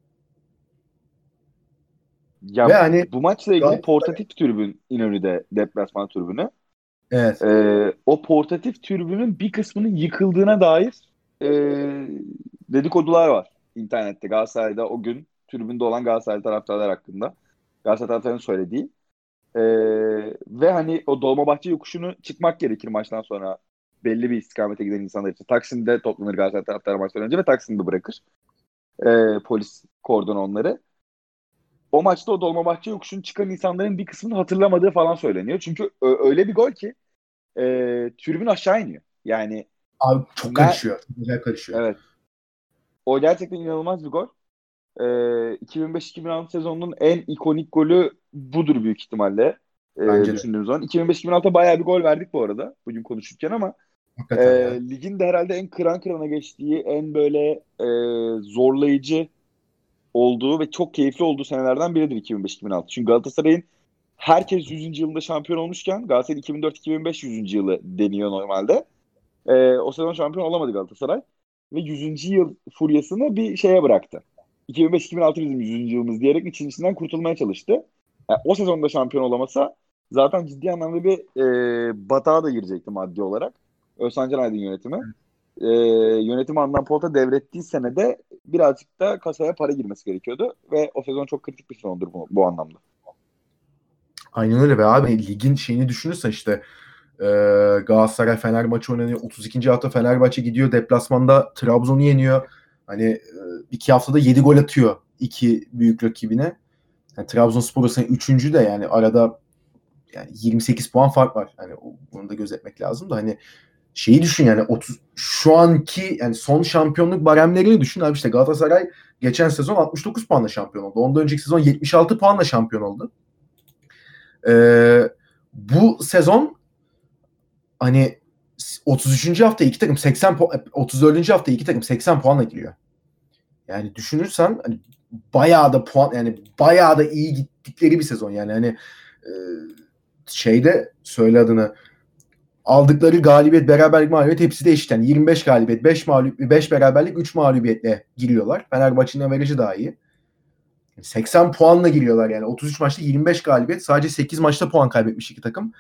Ya ve hani bu maçla ilgili portatif tribün İnönü'de deplasman tribünü. Evet. O portatif tribünün bir kısmının yıkıldığına dair dedikodular var internette. Galatasaray'da o gün tribünde olan Galatasaray taraftarlar hakkında. Galatasaray taraftarının söylediği. Ve hani o Dolmabahçe yokuşunu çıkmak gerekir maçtan sonra belli bir istikamete giden insanlar için. Taksim'de toplanır Galatasaray taraftarı maçtan önce ve Taksim'de bırakır. Polis kordon onları. O maçta o Dolmabahçe yokuşunu çıkan insanların bir kısmını hatırlamadığı falan söyleniyor. Çünkü öyle bir gol ki tribün aşağı iniyor. Yani abi çok karışıyor. Güzel karışıyor. Evet. O gerçekten inanılmaz bir gol. 2005-2006 sezonunun en ikonik golü budur büyük ihtimalle. Düşündüğüm zaman. 2005-2006'da bayağı bir gol verdik bu arada. Bugün konuşurken ama ligin de herhalde en kıran kırana geçtiği, en böyle zorlayıcı olduğu ve çok keyifli olduğu senelerden biridir 2005-2006. Çünkü Galatasaray'ın herkes 100. yılında şampiyon olmuşken Galatasaray'ın 2004-2005 100. yılı deniyor normalde. O sezon şampiyon olamadı Galatasaray. Ve 100. yıl furyasını bir şeye bıraktı. 2005-2006 bizim 100. yılımız diyerek içinden kurtulmaya çalıştı. Yani o sezonda şampiyon olamasa zaten ciddi anlamda bir batağa da girecekti maddi olarak. Özcan Can Aydın yönetimi. Yönetimi Adnan Polat'a devrettiği senede birazcık da kasaya para girmesi gerekiyordu. Ve o sezon çok kritik bir sezondur bu anlamda. Aynen öyle be abi. Ligin şeyini düşünürsen işte Galatasaray Fener maçı oynanıyor. 32. hafta Fenerbahçe gidiyor. Deplasmanda Trabzon'u yeniyor. Hani 2 haftada 7 gol atıyor 2 büyük rakibine. Yani Trabzonspor ise 3. de yani arada yani 28 puan fark var. Hani bunu da gözetmek lazım da hani şeyi düşün yani şu anki yani son şampiyonluk baremlerini düşün abi, işte Galatasaray geçen sezon 69 puanla şampiyon oldu. Ondan önceki sezon 76 puanla şampiyon oldu. Bu sezon hani 33. hafta iki takım 80 puan, 34. hafta iki takım 80 puanla giriyor. Yani düşünürsen hani bayağı da puan, yani bayağı da iyi gittikleri bir sezon yani hani şeyde söyle adını, aldıkları galibiyet, beraberlik, mağlubiyet hepsi de eşit. Yani 25 galibiyet, 5 beraberlik, 3 mağlubiyetle giriyorlar. Fenerbahçe'nin averajı daha iyi. 80 puanla giriyorlar yani. 33 maçta 25 galibiyet. Sadece 8 maçta puan kaybetmiş iki takım.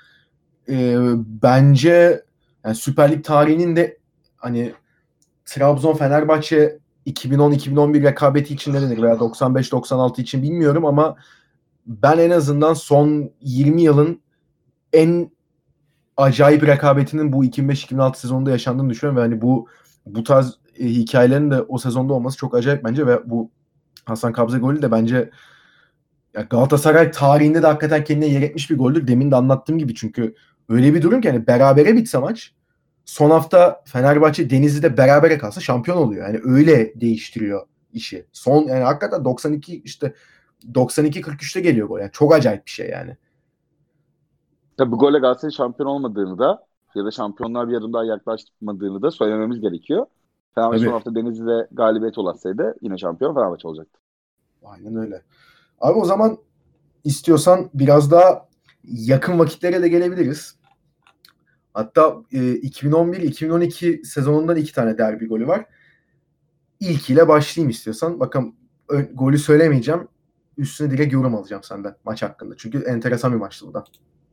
Bence yani Süper Lig tarihinin de hani Trabzon-Fenerbahçe 2010-2011 rekabeti için ne denir veya 95-96 için bilmiyorum ama ben en azından son 20 yılın en acayip rekabetinin bu 2005-2006 sezonunda yaşandığını düşünüyorum ve hani bu tarz hikayelerin de o sezonda olması çok acayip bence ve bu Hasan Kabze golü de bence ya Galatasaray tarihinde de hakikaten kendine yer etmiş bir goldür. Demin de anlattığım gibi, çünkü öyle bir durum ki hani berabere bitse maç, son hafta Fenerbahçe Denizli'de berabere kalsa şampiyon oluyor. Yani öyle değiştiriyor işi. Son yani hakikaten 92-43'te geliyor gol. Yani çok acayip bir şey yani. Tabii bu golle Galatasaray şampiyon olmadığını da ya da şampiyonlar bir adım daha yaklaşmadığını da söylememiz gerekiyor. Fenerbahçe son hafta Denizli'de galibiyet ulaşsaydı yine şampiyon Fenerbahçe olacaktı. Aynen öyle. Abi o zaman istiyorsan biraz daha yakın vakitlere de gelebiliriz. Hatta 2011-2012 sezonundan 2 tane derbi golü var. İlkiyle başlayayım istiyorsan. Bakalım, golü söylemeyeceğim. Üstüne direkt yorum alacağım senden maç hakkında. Çünkü enteresan bir maçtı bu da.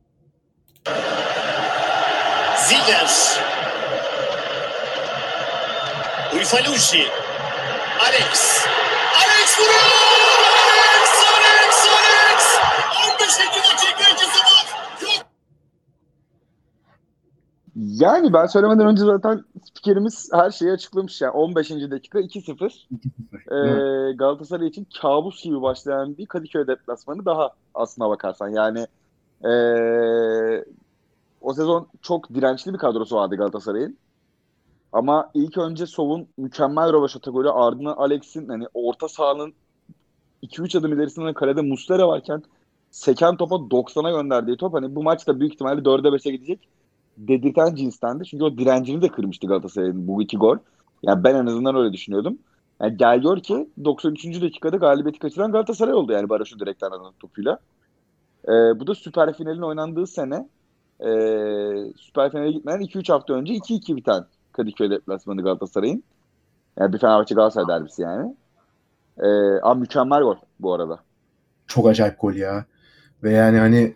Ziger. Uyfaluji. Alex. Alex vuruyor! Alex! 15. dakika 2-0. Yok. Yani ben söylemeden önce zaten spikerimiz her şeyi açıklamış. Yani 15. dakika 2-0. Galatasaray için kabus gibi başlayan bir Kadıköy deplasmanı daha aslına bakarsan. Yani o sezon çok dirençli bir kadrosu vardı Galatasaray'ın. Ama ilk önce Sov'un mükemmel rövaşata golü, ardından Alex'in hani orta sahanın 2-3 adım ilerisinde kalede Muslera varken seken topa 90'a gönderdiği top, hani bu maçta büyük ihtimalle 4'e 5'e gidecek dedirten cinstendi. Çünkü o direncini de kırmıştı Galatasaray'ın bu iki gol. Yani ben en azından öyle düşünüyordum. Yani gel gör ki 93. dakikada galibiyeti kaçıran Galatasaray oldu yani Barış'ın direkten alınan topuyla. Bu da Süper Final'in oynandığı sene, Süper Final'e gitmeden 2-3 hafta önce 2-2 biten Kadıköy deplasmanı Galatasaray'ın. Yani bir Fenerbahçe Galatasaray derbisi yani. Ama mükemmel gol bu arada. Çok acayip gol ya. Ve yani hani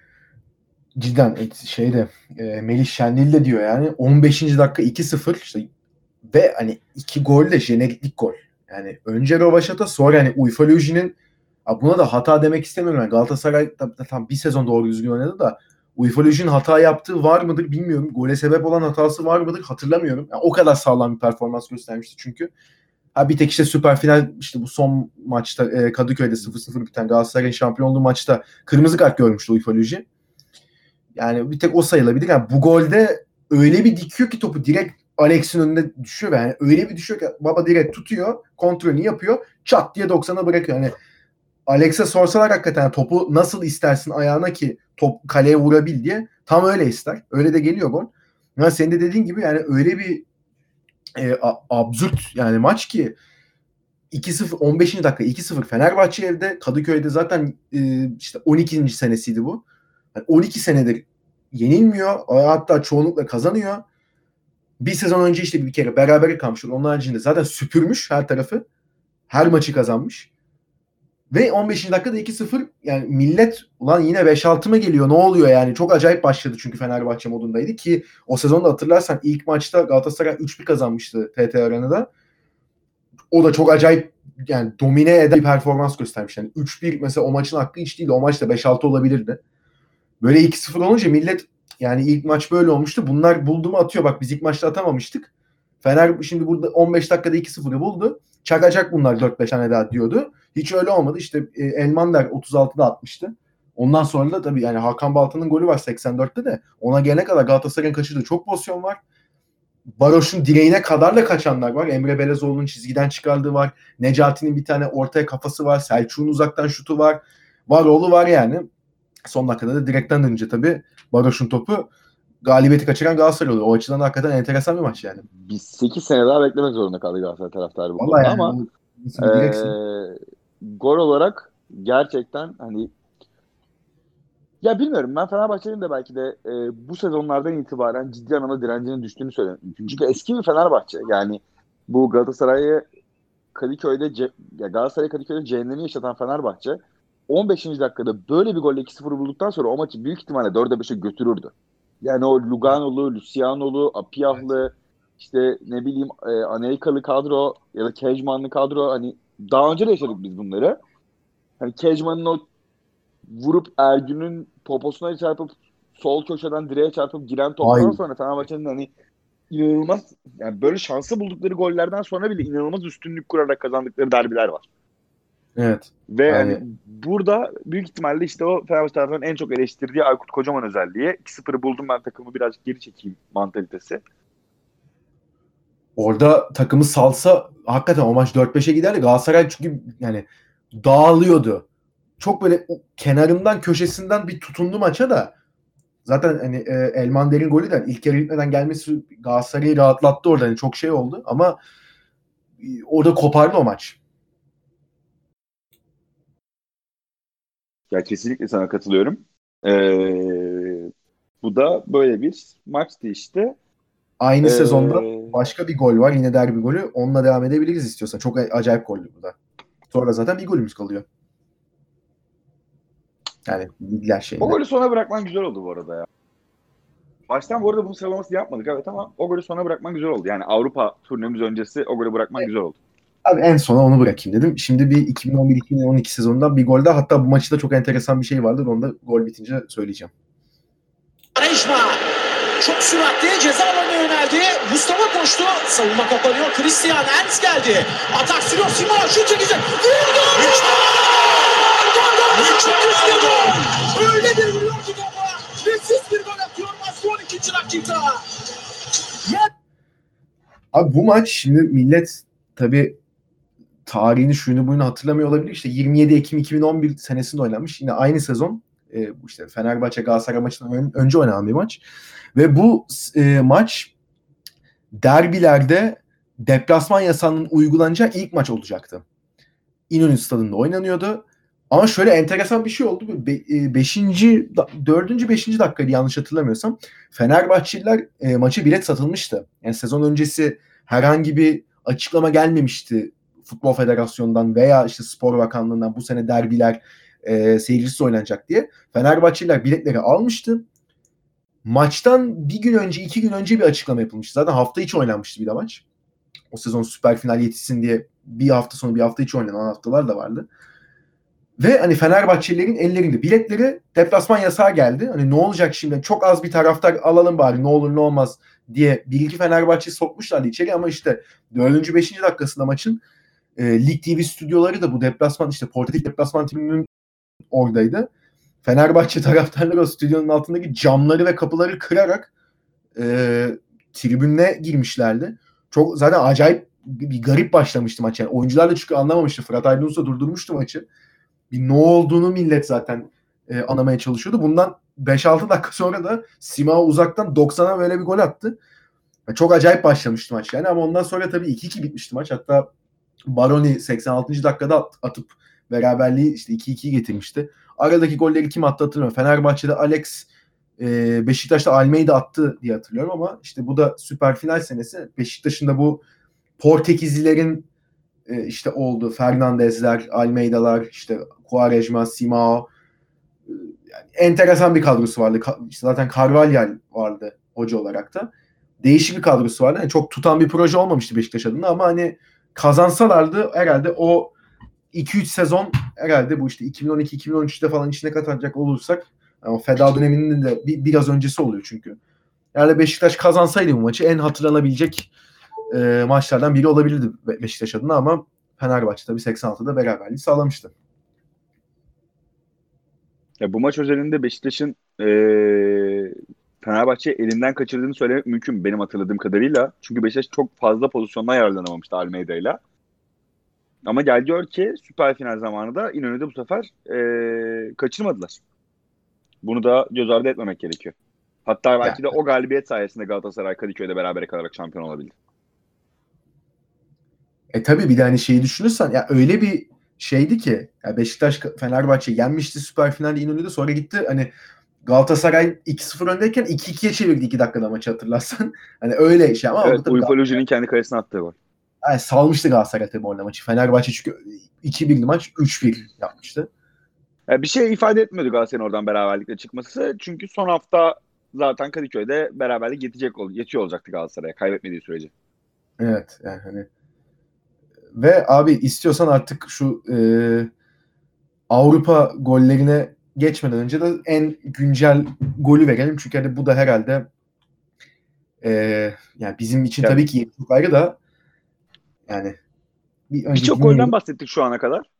cidden Melih Şendil de diyor yani 15. dakika 2-0 işte ve hani 2 gol de jeneriklik gol. Yani önce rövaşata, sonra hani Uyfaluji'nin, buna da hata demek istemiyorum. Yani Galatasaray tam bir sezon doğru düzgün oynadı da Uyfaluji'nin hata yaptığı var mıdır bilmiyorum. Gole sebep olan hatası var mıdır hatırlamıyorum. Yani o kadar sağlam bir performans göstermişti çünkü. Bir tek işte Süper Final, işte bu son maçta Kadıköy'de 0-0 biten Galatasaray'ın şampiyon olduğu maçta kırmızı kart görmüştü Uyfaluji. Yani bir tek o sayılabilir. Yani bu golde öyle bir dikiyor ki topu direkt Alex'in önünde düşüyor. Yani öyle bir düşüyor ki baba direkt tutuyor, kontrolünü yapıyor, çat diye 90'a bırakıyor. Yani Alex'e sorsalar hakikaten topu nasıl istersin ayağına ki top kaleye vurabil diye, tam öyle ister. Öyle de geliyor gol. Yani senin de dediğin gibi yani öyle bir absürt yani maç ki 2-0 15. dakika 2-0 Fenerbahçe evde, Kadıköy'de zaten işte 12. senesiydi bu. Yani 12 senedir yenilmiyor. Hatta çoğunlukla kazanıyor. Bir sezon önce işte bir kere berabere kalmışlar. Onun haricinde zaten süpürmüş her tarafı. Her maçı kazanmış. Ve 15. dakikada 2-0, yani millet ulan yine 5-6 mı geliyor, ne oluyor yani, çok acayip başladı çünkü Fenerbahçe modundaydı ki o sezonda hatırlarsan ilk maçta Galatasaray 3-1 kazanmıştı TT Arena'da. O da çok acayip yani domine eden bir performans göstermiş. Yani 3-1 mesela o maçın hakkı hiç değil. O maçta 5-6 olabilirdi. Böyle 2-0 olunca millet, yani ilk maç böyle olmuştu. Bunlar buldu mu atıyor. Bak biz ilk maçta atamamıştık. Fener şimdi burada 15 dakikada 2-0'ı buldu. Çakacak bunlar 4-5 tane daha diyordu. Hiç öyle olmadı. İşte Elmander 36'da atmıştı. Ondan sonra da tabii yani Hakan Balta'nın golü var 84'te de. Ona gelene kadar Galatasaray'ın kaçırdığı çok pozisyon var. Baroş'un direğine kadar da kaçanlar var. Emre Belezoğlu'nun çizgiden çıkardığı var. Necati'nin bir tane ortaya kafası var. Selçuk'un uzaktan şutu var. Varoğlu var yani. Son dakikada da direkten dönünce tabii Baroş'un topu galibiyeti kaçıran Galatasaray oluyor. O açıdan hakikaten enteresan bir maç yani. Biz 8 sene daha beklemek zorunda kaldı Galatasaray taraftarı bu Vallahi konuda yani ama bir direksin. gol olarak gerçekten hani ya bilmiyorum, ben Fenerbahçe'nin de belki de bu sezonlardan itibaren ciddi anlamda direncinin düştüğünü söylemek. Çünkü eski bir Fenerbahçe. Yani bu Galatasaray'ı Galatasaray Kadıköy'de cehennemi yaşatan Fenerbahçe 15. dakikada böyle bir golle 2-0 bulduktan sonra o maçı büyük ihtimalle 4'e 5'e götürürdü. Yani o Lugano'lu, Luciano'lu, Apiyah'lı, işte ne bileyim Anelka'lı kadro ya da Kejman'lı kadro, hani daha önce de yaşadık biz bunları. Hani Kejman'ın o vurup Ergün'ün poposuna çarpıp sol köşeden direğe çarpıp giren toptan Ay. sonra Fenerbahçe'nin hani inanılmaz, yani böyle şansı buldukları gollerden sonra bile inanılmaz üstünlük kurarak kazandıkları derbiler var. Evet. Ve Yani hani burada büyük ihtimalle işte o Fenerbahçe tarafından en çok eleştirdiği Aykut Kocaman özelliği, 2-0'ı buldum ben, takımı birazcık geri çekeyim mantalitesi. orada takımı salsa hakikaten o maç 4-5'e giderdi. Galatasaray çünkü yani dağılıyordu. Çok böyle kenarından köşesinden bir tutundu maça da zaten hani Elmander'in golü de ilk yarı bitmeden gelmesi Galatasaray'ı rahatlattı orada. Yani çok şey oldu ama orada kopardı o maç. Ya kesinlikle sana katılıyorum. Bu da böyle bir maçtı işte. Aynı sezonda Ee, başka bir gol var. Yine derbi golü. Onunla devam edebiliriz istiyorsan. Çok acayip goldü bu da. Sonra zaten bir golümüz kalıyor. Yani ligler O şeyinde. golü sona bırakman güzel oldu bu arada ya. Baştan bu arada bunun sıralamasını yapmadık evet, ama o golü sona bırakman güzel oldu. Yani Avrupa turnemiz öncesi o golü bırakman güzel oldu. Abi en sona onu bırakayım dedim. Şimdi bir 2011-2012 sezonundan bir gol daha. Hatta bu maçta çok enteresan bir şey vardır. Onu da gol bitince söyleyeceğim. Arayışma. Çok süratli ceza alanına yöneldi. Mustafa koştu. Savunma kapanıyor. Christian Ernst geldi. Atak sürüyor. Simon şut çekecek. Vurdu! Çok gol! Öyle bir vuruyor ki topa. Nefis bir gol atıyor. Maç 12. dakika. Abi bu maç şimdi millet tabii tarihini şunu buyunu hatırlamıyor olabilir. İşte 27 Ekim 2011 senesinde oynanmış. Yine aynı sezon işte Fenerbahçe Galatasaray maçından önce oynanan bir maç. Ve bu maç derbilerde deplasman yasağının uygulanacağı ilk maç olacaktı. İnönü Stadı'nda oynanıyordu. Ama şöyle enteresan bir şey oldu. 4. 5. dakikaydı yanlış hatırlamıyorsam. Fenerbahçeliler maça bilet satılmıştı. Yani sezon öncesi herhangi bir açıklama gelmemişti Futbol Federasyonu'ndan veya işte Spor Bakanlığı'ndan bu sene derbiler seyircisiz oynanacak diye. Fenerbahçeliler biletleri almıştı. Maçtan bir gün önce, 2 gün önce bir açıklama yapılmıştı. Zaten hafta içi oynanmıştı bir de maç. O sezon süper final yetişsin diye bir hafta sonu bir hafta içi oynanan haftalar da vardı. Ve hani Fenerbahçelilerin ellerinde biletleri, deplasman yasağı geldi. Hani ne olacak şimdi? Çok az bir taraftar alalım bari, ne olur ne olmaz diye bir iki Fenerbahçe'yi sokmuşlardı içeri ama işte 4. 5. dakikasında maçın Lig TV stüdyoları da bu deplasman, işte portatif deplasman timinin oradaydı. Fenerbahçe taraftarları o stüdyonun altındaki camları ve kapıları kırarak tribüne girmişlerdi. Çok zaten acayip bir garip başlamıştı maç. Yani oyuncular da çünkü anlamamıştı. Fırat Aydınus da durdurmuştu maçı. Bir ne olduğunu millet zaten anlamaya çalışıyordu. Bundan 5-6 dakika sonra da Simao uzaktan 90'a böyle bir gol attı. Yani çok acayip başlamıştı maç yani, ama ondan sonra tabii 2-2 bitmişti maç. Hatta Baroni 86. dakikada atıp beraberliği işte 2-2 getirmişti. Aradaki golleri kim attı hatırlamıyorum. Fenerbahçe'de Alex, Beşiktaş'ta Almeida attı diye hatırlıyorum ama işte bu da süper final senesi. Beşiktaş'ın da bu Portekizlilerin işte oldu. Fernandezler, Almeida'lar, işte Quaresma, Simao. Yani enteresan bir kadrosu vardı. İşte zaten Carvalhal vardı hoca olarak da. Değişik bir kadrosu vardı. Yani çok tutan bir proje olmamıştı Beşiktaş adına ama hani kazansalardı herhalde o 2-3 sezon, herhalde bu işte 2012-2013'te falan içine katacak olursak, yani feda döneminin de biraz öncesi oluyor çünkü. Yani Beşiktaş kazansaydı bu maçı en hatırlanabilecek maçlardan biri olabilirdi Beşiktaş adına, ama Fenerbahçe tabii 86'da beraberliği sağlamıştı. Ya bu maç özelinde Beşiktaş'ın Fenerbahçe elinden kaçırdığını söylemek mümkün benim hatırladığım kadarıyla. Çünkü Beşiktaş çok fazla pozisyondan yararlanamamıştı Almeida'yla. Ama gel gör ki süper final zamanında İnönü'de bu sefer kaçırmadılar. Bunu da göz ardı etmemek gerekiyor. Hatta belki de o galibiyet sayesinde Galatasaray Kadıköy'de berabere kalarak şampiyon olabildi. Tabii bir de hani şeyi düşünürsen ya öyle bir şeydi ki ya Beşiktaş Fenerbahçe yenmişti süper finalde İnönü'de, sonra gitti hani Galatasaray 2-0 öndeyken 2-2'ye çevirdi 2 dakikada maçı, hatırlarsan. Hani öyle şey ama Evet, Uyfaloji'nin kendi kalesine attığı var. Yani salmıştı Galatasaray tabii orada maçı. Fenerbahçe çünkü 2-1'li maç 3-1 yapmıştı. Yani bir şey ifade etmiyordu Galatasaray'ın oradan beraberlikle çıkması. Çünkü son hafta zaten Kadıköy'de beraberlik yetiyor olacaktı Galatasaray'a kaybetmediği sürece. Evet yani hani ve abi istiyorsan artık şu Avrupa gollerine geçmeden önce de en güncel golü verelim. Çünkü hani bu da herhalde yani bizim için tabii ki çok ayrı da yani birçok golden bahsettik şu ana kadar.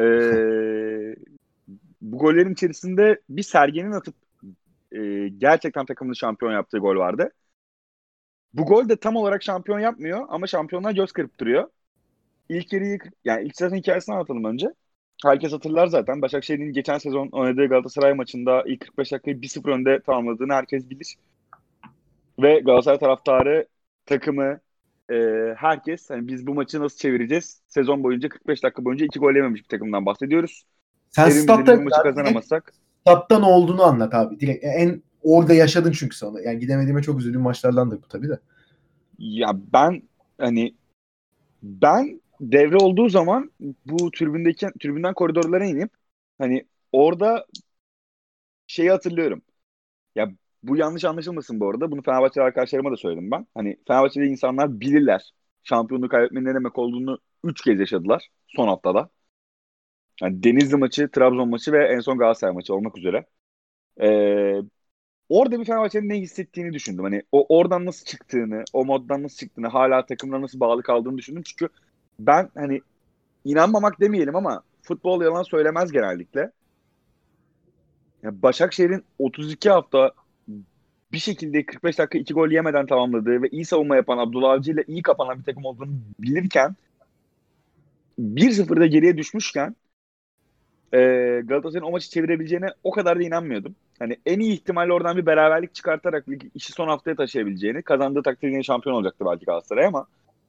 Bu gollerin içerisinde bir Sergen'in atıp gerçekten takımını şampiyon yaptığı gol vardı. Bu gol de tam olarak şampiyon yapmıyor ama şampiyonlar göz kırptırıyor. İlk sezon hikayesini anlatalım önce. Herkes hatırlar zaten. Başakşehir'in geçen sezon oynadığı Galatasaray maçında ilk 45 dakikayı 1-0 önde tamamladığını herkes bilir. Ve Galatasaray taraftarı, takımı, herkes hani biz bu maçı nasıl çevireceğiz? Sezon boyunca 45 dakika boyunca 2 gol yememiş bir takımdan bahsediyoruz. Sen Evimizde bir maçı kazanamazsak. Statta ne olduğunu anlat abi. Direkt orada yaşadın çünkü sonra. Yani gidemediğime çok üzüldüğüm maçlardandır bu tabii de. Ya ben devre olduğu zaman bu tribünden koridorlara inip hani orada şeyi hatırlıyorum. Ya bu yanlış anlaşılmasın bu arada. Bunu Fenerbahçeli arkadaşlarıma da söyledim ben. Hani Fenerbahçeli insanlar bilirler. Şampiyonluğu kaybetmenin ne demek olduğunu 3 kez yaşadılar son haftada. Yani Denizli maçı, Trabzon maçı ve en son Galatasaray maçı olmak üzere. Orada bir Fenerbahçe'nin ne hissettiğini düşündüm. Hani oradan nasıl çıktığını, o moddan nasıl çıktığını, hala takımına nasıl bağlı kaldığını düşündüm. Çünkü ben hani inanmamak demeyelim ama futbol yalan söylemez genellikle. Ya Başakşehir'in 32 hafta bir şekilde 45 dakika 2 gol yemeden tamamladığı ve iyi savunma yapan Abdullah Avcı ile iyi kapanan bir takım olduğunu bilirken 1-0'da geriye düşmüşken Galatasaray'ın o maçı çevirebileceğine o kadar da inanmıyordum. Hani en iyi ihtimalle oradan bir beraberlik çıkartarak işi son haftaya taşıyabileceğini, kazandığı takdirde yine şampiyon olacaktı belki Galatasaray ama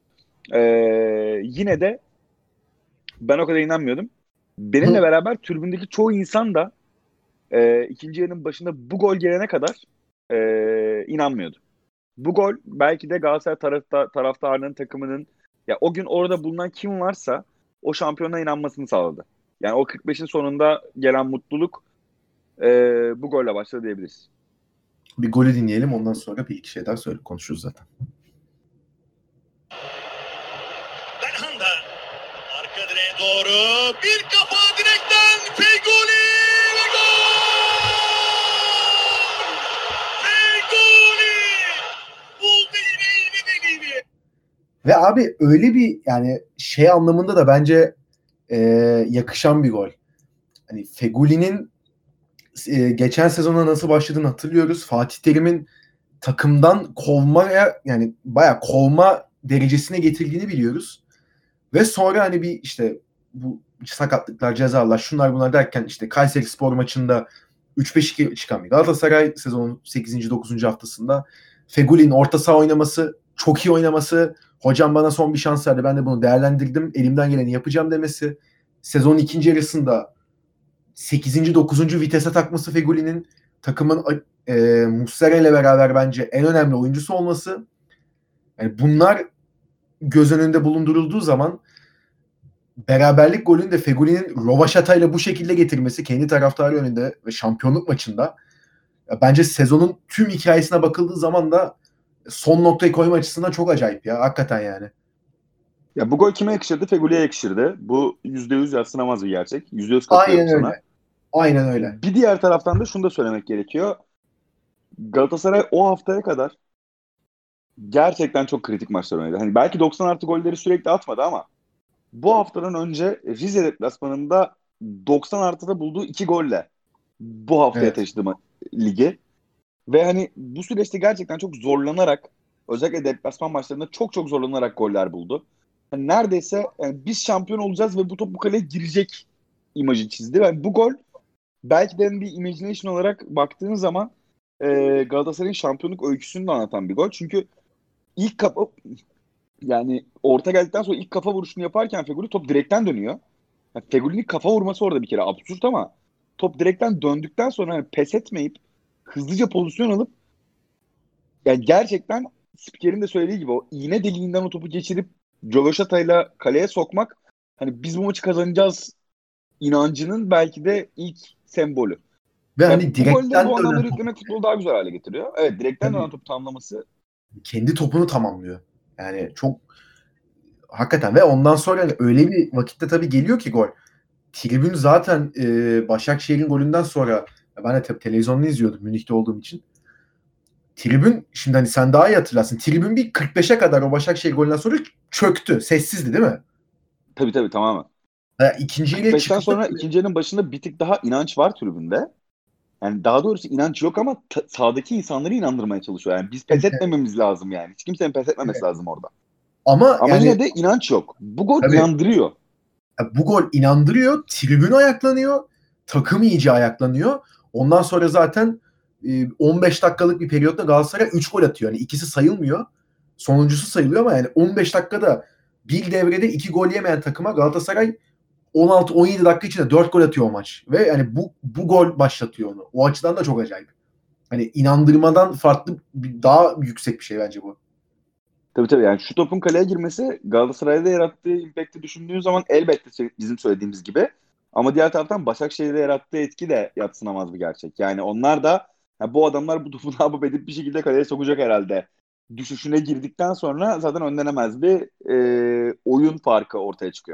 yine de ben o kadar inanmıyordum. Benimle beraber tribündeki çoğu insan da ikinci yarının başında bu gol gelene kadar inanmıyordu. Bu gol belki de Galatasaray taraftarının, takımının ya o gün orada bulunan kim varsa o şampiyona inanmasını sağladı. Yani o 45'in sonunda gelen mutluluk bu golle başladı diyebiliriz. Bir golü dinleyelim, ondan sonra bir iki şey daha konuşuruz zaten. Belhanda arka direğe doğru bir kafa direkten Fegoli ve gol! Fegoli! Buldu yine deliğini. Ve abi öyle bir yani şey anlamında da bence yakışan bir gol. Hani Fegoli'nin geçen sezona nasıl başladığını hatırlıyoruz. Fatih Terim'in takımdan kovmaya yani bayağı kovma derecesine getirdiğini biliyoruz. Ve sonra hani bir işte bu sakatlıklar, cezalar, şunlar bunlar derken işte Kayserispor maçında 3-5-2 çıkan bir Galatasaray sezonun 8. 9. haftasında Fegoli'nin orta saha oynaması, çok iyi oynaması, hocam bana son bir şans verdi, ben de bunu değerlendirdim, elimden geleni yapacağım demesi, sezonun ikinci yarısında 8. 9. vitese takması Fegoli'nin, takımın Muslera ile beraber bence en önemli oyuncusu olması, yani bunlar göz önünde bulundurulduğu zaman beraberlik golünü de Fegoli'nin rovaşatayla bu şekilde getirmesi kendi taraftarı önünde ve şampiyonluk maçında bence sezonun tüm hikayesine bakıldığı zaman da son noktayı koyma açısından çok acayip ya. Hakikaten yani. Ya bu gol kime yakışırdı? Fegoli'ye yakışırdı. Bu %100 yadsınamaz bir gerçek. %100 Aynen katılıyorum sana. öyle. Aynen öyle. Bir diğer taraftan da şunu da söylemek gerekiyor. Galatasaray o haftaya kadar gerçekten çok kritik maçlar oynadı. Hani belki 90 artı golleri sürekli atmadı ama bu haftadan önce Rize deplasmanında 90 artıda bulduğu 2 golle bu haftaya taşıdı ligi. Ve hani bu süreçte gerçekten çok zorlanarak, özellikle deplasman maçlarında çok çok zorlanarak goller buldu. Yani neredeyse yani biz şampiyon olacağız ve bu top bu kaleye girecek imajı çizdi. Yani bu gol belki de bir imagination olarak baktığın zaman Galatasaray'ın şampiyonluk öyküsünü de anlatan bir gol. Çünkü ilk kafa, yani orta geldikten sonra ilk kafa vuruşunu yaparken Feguli top direkten dönüyor. Yani Feguli'nin kafa vurması orada bir kere absürt ama top direkten döndükten sonra hani pes etmeyip hızlıca pozisyon alıp, yani gerçekten spikerin de söylediği gibi o iğne deliğinden o topu geçirip Röveşata'yla kaleye sokmak, hani biz bu maçı kazanacağız inancının belki de ilk sembolü. Ve Yani hani bu golde direkten bu anlamları dönen top, yüklemek futbolu daha güzel hale getiriyor. Evet, direkten dönen tabii top tamamlaması. kendi topunu tamamlıyor. Yani çok hakikaten ve ondan sonra hani öyle bir vakitte tabii geliyor ki gol. Tribün zaten Başakşehir'in golünden sonra ben de tabii televizyonda izliyordum Münih'te olduğum için. Tribün şimdi hani sen daha iyi hatırlarsın. Tribün bir 45'e kadar o Başakşehir golünden sonra çöktü. Sessizdi değil mi? Tabii tamamen. Yani ikinciyle 45'ten çıktı. sonra ikinci yarının başında bir tık daha inanç var tribünde. Yani daha doğrusu inanç yok ama sahadaki insanları inandırmaya çalışıyor. Yani biz pes etmememiz lazım yani. Hiç kimsenin pes etmemesi lazım orada. Ama Ama yani yine de inanç yok. Bu gol tabii inandırıyor. bu gol inandırıyor. Tribün ayaklanıyor. Takım iyice ayaklanıyor. Ondan sonra zaten 15 dakikalık bir periyotta Galatasaray 3 gol atıyor. Yani ikisi sayılmıyor. Sonuncusu sayılıyor ama yani 15 dakikada bir devrede 2 gol yemeyen takıma Galatasaray 16-17 dakika içinde 4 gol atıyor o maç. Ve yani bu gol başlatıyor onu. O açıdan da çok acayip. Hani inandırmadan farklı daha yüksek bir şey bence bu. Tabii yani şu topun kaleye girmesi Galatasaray'da yarattığı impact'i düşündüğün zaman elbette bizim söylediğimiz gibi. Ama diğer taraftan Başakşehir'de yarattığı etki de yadsınamaz bir gerçek. Yani onlar da bu adamlar bu topu ne yapıp edip bir şekilde kaleye sokacak herhalde düşüşüne girdikten sonra zaten önlenemez bir oyun farkı ortaya çıkıyor.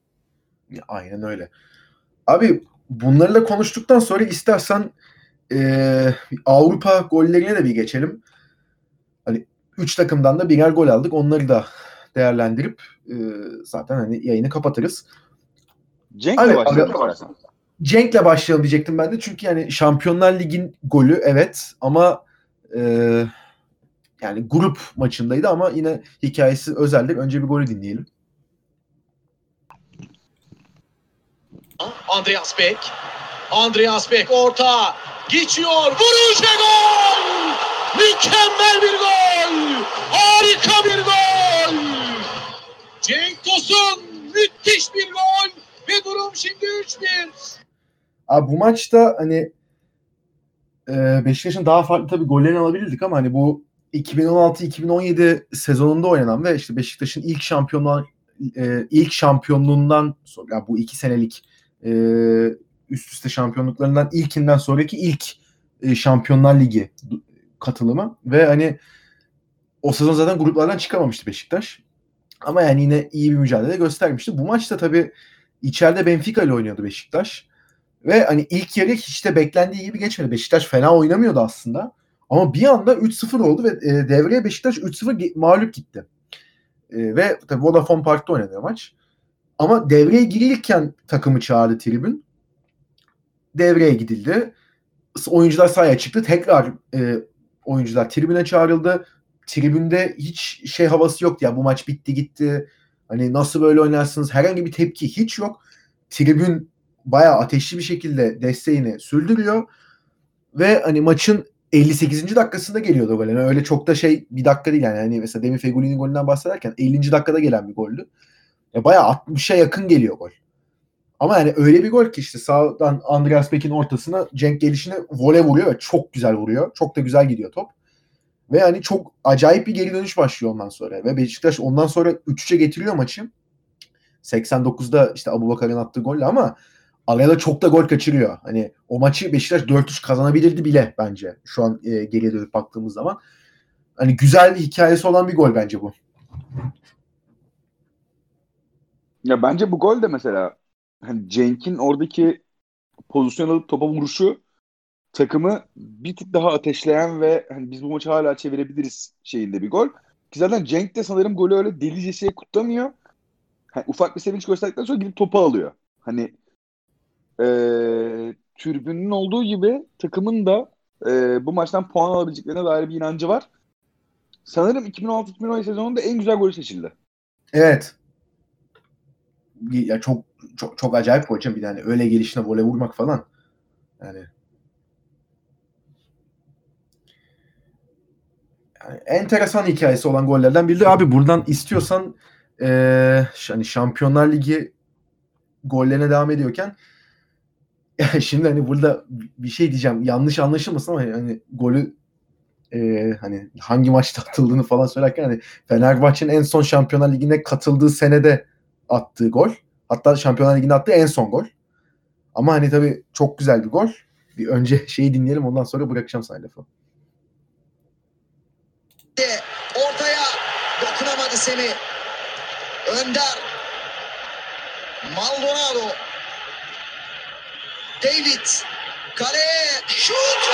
Aynen öyle. Abi bunları da konuştuktan sonra istersen Avrupa gollerine de bir geçelim. Hani 3 takımdan da birer gol aldık. Onları da değerlendirip zaten hani yayını kapatırız. Cenk'le Abi, başlayalım istersen. Cenk'le başlayalım diyecektim ben de. Çünkü yani Şampiyonlar Ligi'nin golü evet ama yani grup maçındaydı ama yine hikayesi özeldir. Önce bir golü dinleyelim. Andreas Beck orta geçiyor, vuruş ve gol! Mükemmel bir gol! Harika bir gol! Cenk Tosun müthiş bir gol ve durum şimdi 3-1. Abi bu maçta hani Beşiktaş'ın daha farklı tabii gollerini alabilirdik ama hani bu 2016-2017 sezonunda oynanan ve işte Beşiktaş'ın ilk şampiyonluğundan sonra yani bu 2 senelik üst üste şampiyonluklarından ilkinden sonraki ilk Şampiyonlar Ligi katılımı ve hani o sezon zaten gruplardan çıkamamıştı Beşiktaş. Ama yani yine iyi bir mücadele göstermişti. Bu maçta tabii içeride Benfica ile oynuyordu Beşiktaş. Ve hani ilk yarı hiç de beklendiği gibi geçmedi. Beşiktaş fena oynamıyordu aslında. Ama bir anda 3-0 oldu ve devreye Beşiktaş 3-0 mağlup gitti. Ve tabii Vodafone Park'ta oynanıyor maç. Ama devreye girilirken takımı çağırdı tribün. Devreye gidildi. Oyuncular sahaya çıktı. Tekrar oyuncular tribüne çağrıldı. Tribünde hiç şey havası yoktu ya, bu maç bitti gitti. Hani nasıl böyle oynarsınız? Herhangi bir tepki hiç yok. Tribün bayağı ateşli bir şekilde desteğini sürdürüyor. Ve hani maçın 58. dakikasında geliyordu gol. Yani öyle çok da şey bir dakika değil yani. Hani mesela demin Fegüli'nin golünden bahsederken 50. dakikada gelen bir goldü. Bayağı 60'a yakın geliyor gol. Ama yani öyle bir gol ki işte sağdan Andreas Beck'in ortasına Cenk gelişine vole vuruyor ve çok güzel vuruyor. Çok da güzel gidiyor top. Ve yani çok acayip bir geri dönüş başlıyor ondan sonra. Ve Beşiktaş ondan sonra 3-3'e getiriyor maçı. 89'da işte Abubakar'ın attığı golle ama arada çok da gol kaçırıyor. Hani o maçı Beşiktaş 4-3 kazanabilirdi bile bence. Şu an geriye dönüp baktığımız zaman. Hani güzel bir hikayesi olan bir gol bence bu. Ya bence bu gol de mesela hani Cenk'in oradaki pozisyon alıp topa vuruşu takımı bir tık daha ateşleyen ve hani biz bu maçı hala çevirebiliriz şeyinde bir gol. Ki zaten Cenk de sanırım golü öyle delicesine kutlamıyor. Hani ufak bir sevinç gösterdikten sonra gidip topu alıyor. Hani tribünün olduğu gibi takımın da bu maçtan puan alabileceklerine dair bir inancı var. Sanırım 2016-2017 sezonunda en güzel golü seçildi. Evet. Ya çok acayip gol hocam. Bir de hani öyle gelişine vole vurmak falan. Yani enteresan hikayesi olan gollerden biri. Abi buradan istiyorsan hani Şampiyonlar Ligi gollerine devam ediyorken şimdi hani burada bir şey diyeceğim. Yanlış anlaşılmasın ama hani golü hani hangi maçta atıldığını falan söylerken hani Fenerbahçe'nin en son Şampiyonlar Ligi'ne katıldığı senede attığı gol. Hatta Şampiyonlar Ligi'nde attığı en son gol. Ama hani tabii çok güzel bir gol. Bir önce şeyi dinleyelim, ondan sonra bırakacağım sana lafı. Ortaya dokunamadı Semih. Önder. Maldonado. David. Kaleye. Şut.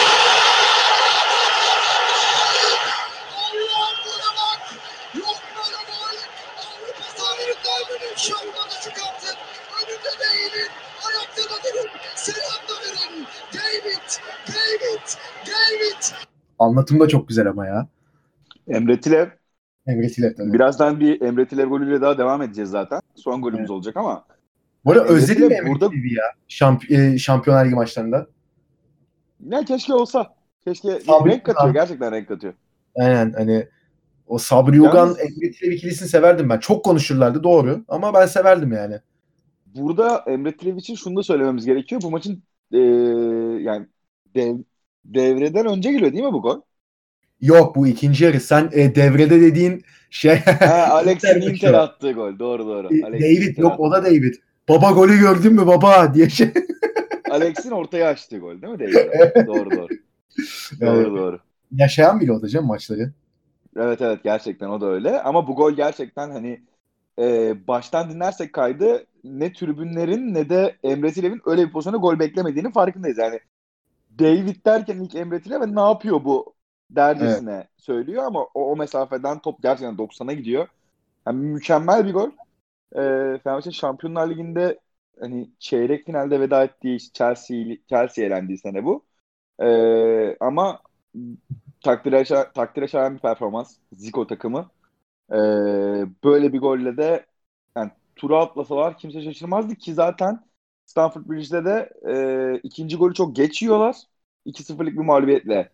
Allah'ım buna bak. Yok böyle gol. Avrupa tarihlerinin şampiyonu çıkarttı. Önünde değilin. Ayakta da durun. Selam da verin. David. David. David. Anlatım da çok güzel ama ya. Emre Tilev. Emre Tilev tabii. Birazdan bir Emre Tilev golüyle daha devam edeceğiz zaten. Son golümüz olacak ama. Bu arada özledin mi Tilev Emre burada... Tilev'i ya? Şampiyonlar Ligi maçlarında. Ya keşke olsa. Keşke Sabri renk katıyor. Ugan. Gerçekten renk katıyor. Aynen hani o Sabri Ugan, Emre Tilev ikilisini severdim ben. Çok konuşurlardı doğru ama ben severdim yani. Burada Emre Tilev için şunu da söylememiz gerekiyor. Bu maçın yani devreden önce geliyor değil mi bu gol? Yok, bu ikinci yarı. Sen devrede dediğin şey Alex'in Inter attığı gol. Doğru. David yok, o da David. Baba golü gördün mü baba diye şey. Alex'in ortaya açtığı gol değil mi David? Doğru. Doğru. Yaşayan bile o da canım maçları. Evet gerçekten o da öyle. Ama bu gol gerçekten hani baştan dinlersek kaydı ne tribünlerin ne de Emre Tilev'in öyle bir pozisyonda gol beklemediğinin farkındayız. Yani David derken ilk Emre Tilev ne yapıyor bu dercesine söylüyor ama o mesafeden top gerçekten 90'a gidiyor. Yani mükemmel bir gol. Fenerbahçe Şampiyonlar Ligi'nde hani çeyrek finalde veda ettiği işte Chelsea elendiği sene bu. Ama takdire şayan bir performans. Zico takımı. Böyle bir golle de yani tura atlasalar kimse şaşırmazdı ki zaten Stamford Bridge'de de ikinci golü çok geç yiyorlar. 2-0'lık bir mağlubiyetle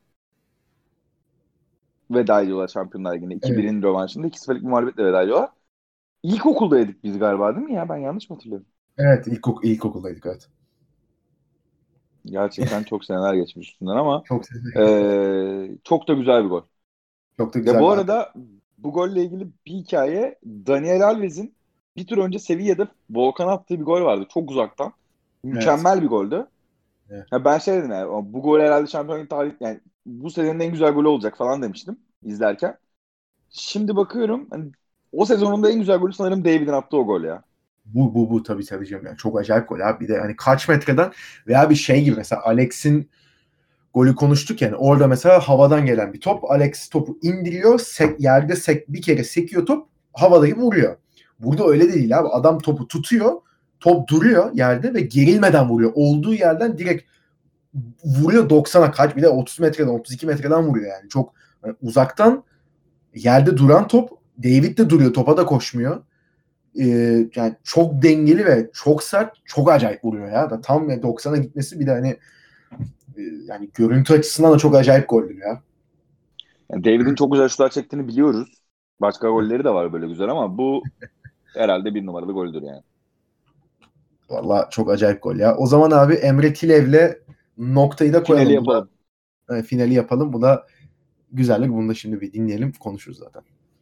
veda ediyorlar Şampiyonlar Ligi'nde. 2-1'in rövanşında 2-0'lık bir mağlubiyetle veda ediyorlar. İlkokuldaydık biz galiba değil mi ya? Ben yanlış mı hatırlıyorum? Evet, ilkokuldaydık evet. Gerçekten çok seneler geçmiş üstünden ama Çok çok da güzel bir gol. Çok da güzel. Ve bu arada bu golle ilgili bir hikaye, Daniel Alves'in bir tur önce Sevilla'da Volkan'a attığı bir gol vardı. Çok uzaktan. Mükemmel bir goldü. Evet. Ya ben şey dedim yani, bu gol herhalde Şampiyonlar tarih yani bu senenin en güzel golü olacak falan demiştim izlerken. Şimdi bakıyorum hani, o sezonun da en güzel golü sanırım David'in attığı o gol ya. Bu tabii canım yani. Çok acayip gol abi. Bir de hani kaç metreden veya bir şey gibi mesela Alex'in golü konuştuk yani, orada mesela havadan gelen bir top. Alex topu indiriyor. Yerde bir kere sekiyor top. Havadaki vuruyor. Burada öyle de değil abi. Adam topu tutuyor. Top duruyor yerde ve gerilmeden vuruyor. Olduğu yerden direkt vuruyor 90'a kaç, bir de 30 metreden 32 metreden vuruyor yani. Çok yani uzaktan yerde duran top. David de duruyor. Topa da koşmuyor. Yani çok dengeli ve çok sert. Çok acayip vuruyor ya. Da tam 90'a gitmesi bir de hani yani görüntü açısından da çok acayip goldür ya. Yani David'in çok güzel şutlar çektiğini biliyoruz. Başka golleri de var böyle güzel ama bu herhalde bir numaralı goldür yani. Vallahi çok acayip gol ya. O zaman abi Emre Tilev'le noktayı da koyalım. Finali yapalım. Finali yapalım. Bu da güzellik. Bunu da şimdi bir dinleyelim. Konuşuruz zaten.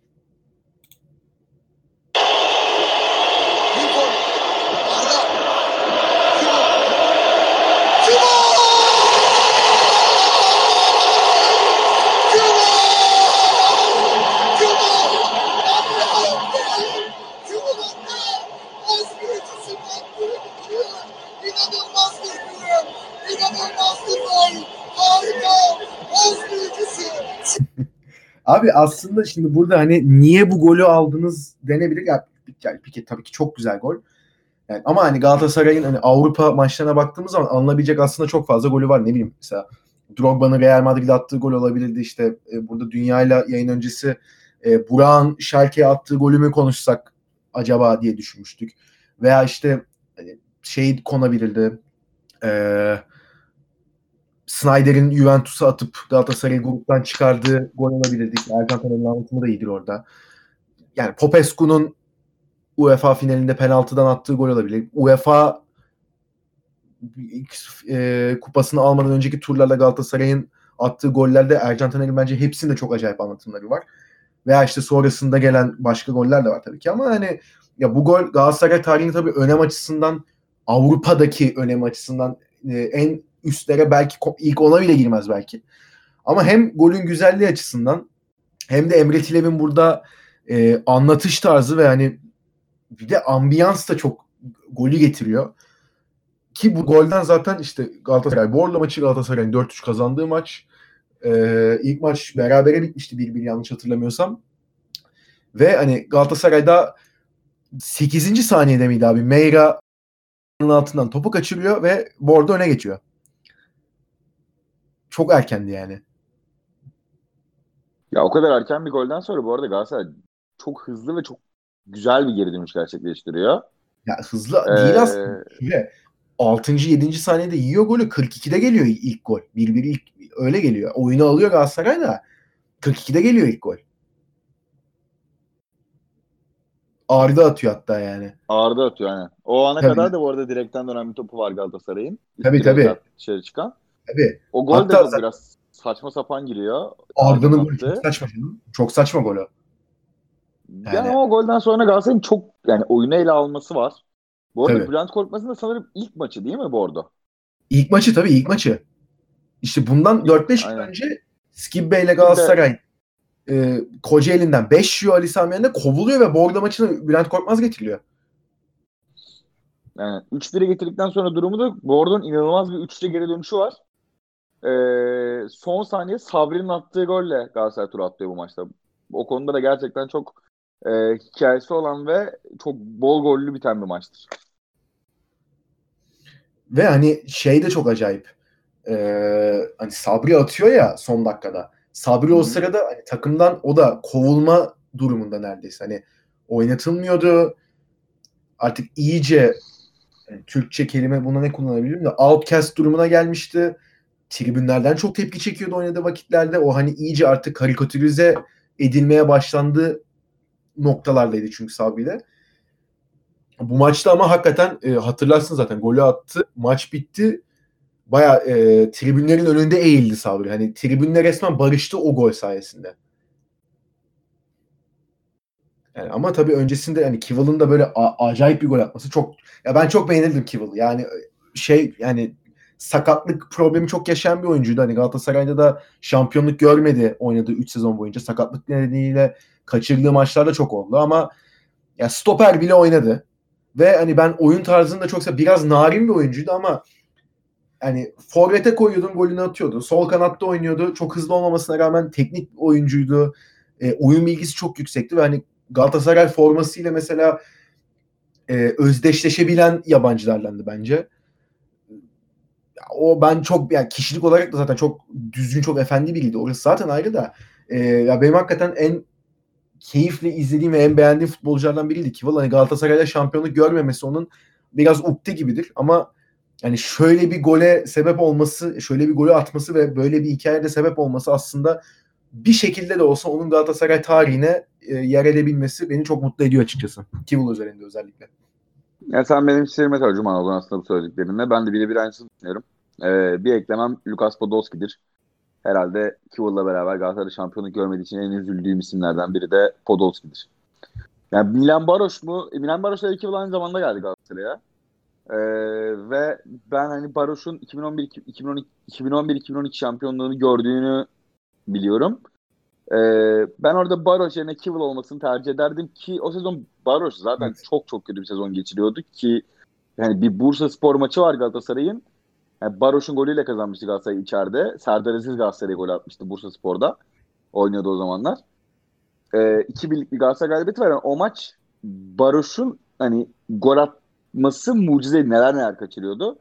Abi aslında şimdi burada hani niye bu golü aldınız denebilir. Yani tabii ki çok güzel gol. Yani ama hani Galatasaray'ın hani Avrupa maçlarına baktığımız zaman alınabilecek aslında çok fazla golü var. Ne bileyim mesela Drogba'nın Real Madrid'e attığı gol olabilirdi. İşte burada dünyayla yayın öncesi Burak'ın Schalke'ye attığı golü mü konuşsak acaba diye düşünmüştük. Veya işte şey konabilirdi. Snyder'in Juventus'a atıp Galatasaray'ı gruptan çıkardığı gol olabilirdi. Erkan Taner'in anlatımı da iyidir orada. Yani Popescu'nun UEFA finalinde penaltıdan attığı gol olabilir. UEFA kupasını almadan önceki turlarla Galatasaray'ın attığı gollerde Ercan Taner'in bence hepsinde çok acayip anlatımları var. Veya işte sonrasında gelen başka goller de var tabii ki ama hani ya bu gol Galatasaray tarihinde tabii önem açısından, Avrupa'daki önem açısından en üstlere belki ilk ona bile girmez belki. Ama hem golün güzelliği açısından hem de Emre Tilev'in burada anlatış tarzı ve hani bir de ambiyans da çok golü getiriyor. Ki bu golden zaten işte Galatasaray Borla maçı, Galatasaray'ın 4-3 kazandığı maç. İlk maç berabere bitmişti 1-1 yanlış hatırlamıyorsam. Ve hani Galatasaray'da 8. saniyede miydi abi? Meyra'nın altından topu kaçırıyor ve Bordo öne geçiyor. Çok erkendi yani. Ya o kadar erken bir golden sonra bu arada Galatasaray çok hızlı ve çok güzel bir geri dönüş gerçekleştiriyor. Ya hızlı değil aslında. Şöyle 6. 7. saniyede yiyor golü. 42'de geliyor ilk gol. 1-1 ilk öyle geliyor. Oyunu alıyor Galatasaray da 42'de geliyor ilk gol. Arda atıyor hatta yani. Arda atıyor yani. O ana Tabii. kadar da bu arada direkten dönen bir topu var Galatasaray'ın. Tabii. Dışarı çıkan. Tabii. O gol de Hatta çok biraz saçma sapan giriyor. Arda'nın golü çok saçma. Çok saçma golü. Yani o golden sonra Galatasaray'ın çok yani oyunu ele alması var. Bu arada Tabii. Bülent Korkmaz'ın da sanırım ilk maçı değil mi Bordo? İlk maçı. İşte bundan 4-5 yıl önce Skibbe ile Galatasaray Kocaeli'nden 5 yiyor Ali Sami Yen'de kovuluyor ve Bordo maçına Bülent Korkmaz getiriliyor. Yani 3-1'e getirdikten sonra durumu da Bordo'nun inanılmaz bir 3'te geri dönüşü var. Son saniye Sabri'nin attığı golle Galatasaray tur atlıyor bu maçta. O konuda da gerçekten çok hikayesi olan ve çok bol gollü biten bir maçtır. Ve hani şey de çok acayip. Hani Sabri atıyor ya son dakikada. Sabri o sırada hani takımdan o da kovulma durumunda neredeyse. Hani oynatılmıyordu. Artık iyice yani Türkçe kelime buna ne kullanabilirim de outcast durumuna gelmişti. Tribünlerden çok tepki çekiyordu oynadığı vakitlerde. O hani iyice artık karikatürize edilmeye başlandığı noktalardaydı çünkü Sabri'yle. Bu maçta ama hakikaten hatırlarsın zaten golü attı. Maç bitti. Bayağı tribünlerin önünde eğildi Sabri. Hani tribünler resmen barıştı o gol sayesinde. Yani ama tabii öncesinde hani Kival'ın da böyle acayip bir gol atması çok ya ben çok beğenirdim Kival'ı. Yani yani sakatlık problemi çok yaşayan bir oyuncuydu. Hani Galatasaray'da da şampiyonluk görmedi oynadığı 3 sezon boyunca. Sakatlık nedeniyle kaçırdığı maçlarda çok oldu ama ya stoper bile oynadı. Ve hani ben oyun tarzını da çok biraz narin bir oyuncuydu ama hani forvete koyuyordun golünü atıyordu. Sol kanatta oynuyordu. Çok hızlı olmamasına rağmen teknik oyuncuydu. Oyun bilgisi çok yüksekti ve hani Galatasaray formasıyla mesela özdeşleşebilen yabancılarlandı bence. O ben çok yani kişilik olarak da zaten çok düzgün, çok efendi biriydi. Orası zaten ayrı da ya benim hakikaten en keyifle izlediğim ve en beğendiğim futbolculardan biriydi ki. Hani Galatasaray'da şampiyonluk görmemesi onun biraz ukde gibidir ama yani şöyle bir gole sebep olması, şöyle bir golü atması ve böyle bir hikayede sebep olması aslında bir şekilde de olsa onun Galatasaray tarihine yer edebilmesi beni çok mutlu ediyor açıkçası. Kivul üzerinde özellikle. Ya sen benim hislerime tercüman oldun aslında bu söylediklerinle. Ben de birebir aynısını düşünüyorum. Bir eklemem Lukas Podolski'dir. Herhalde Kivul'la beraber Galatasaray şampiyonluk görmediği için en üzüldüğüm isimlerden biri de Podolski'dir. Yani Milan Baroş mu? Milan Baroş'la Kivul aynı zamanda geldi Galatasaray'a. Ve ben hani Baroş'un 2011-2012 şampiyonluğunu gördüğünü biliyorum. Ben orada Baroş yerine Kivul olmasını tercih ederdim ki o sezon Baroş zaten çok çok kötü bir sezon geçiriyordu ki yani bir Bursaspor maçı var Galatasaray'ın. Yani Baroş'un golüyle kazanmıştı Galatasaray içeride. Serdar Aziz Galatasaray'a gol atmıştı Bursaspor'da. Oynuyordu o zamanlar. 2-1'lik bir Galatasaray galibiyeti var. Yani o maç Baroş'un hani gol atması mucizeydi. Neler kaçırıyordu.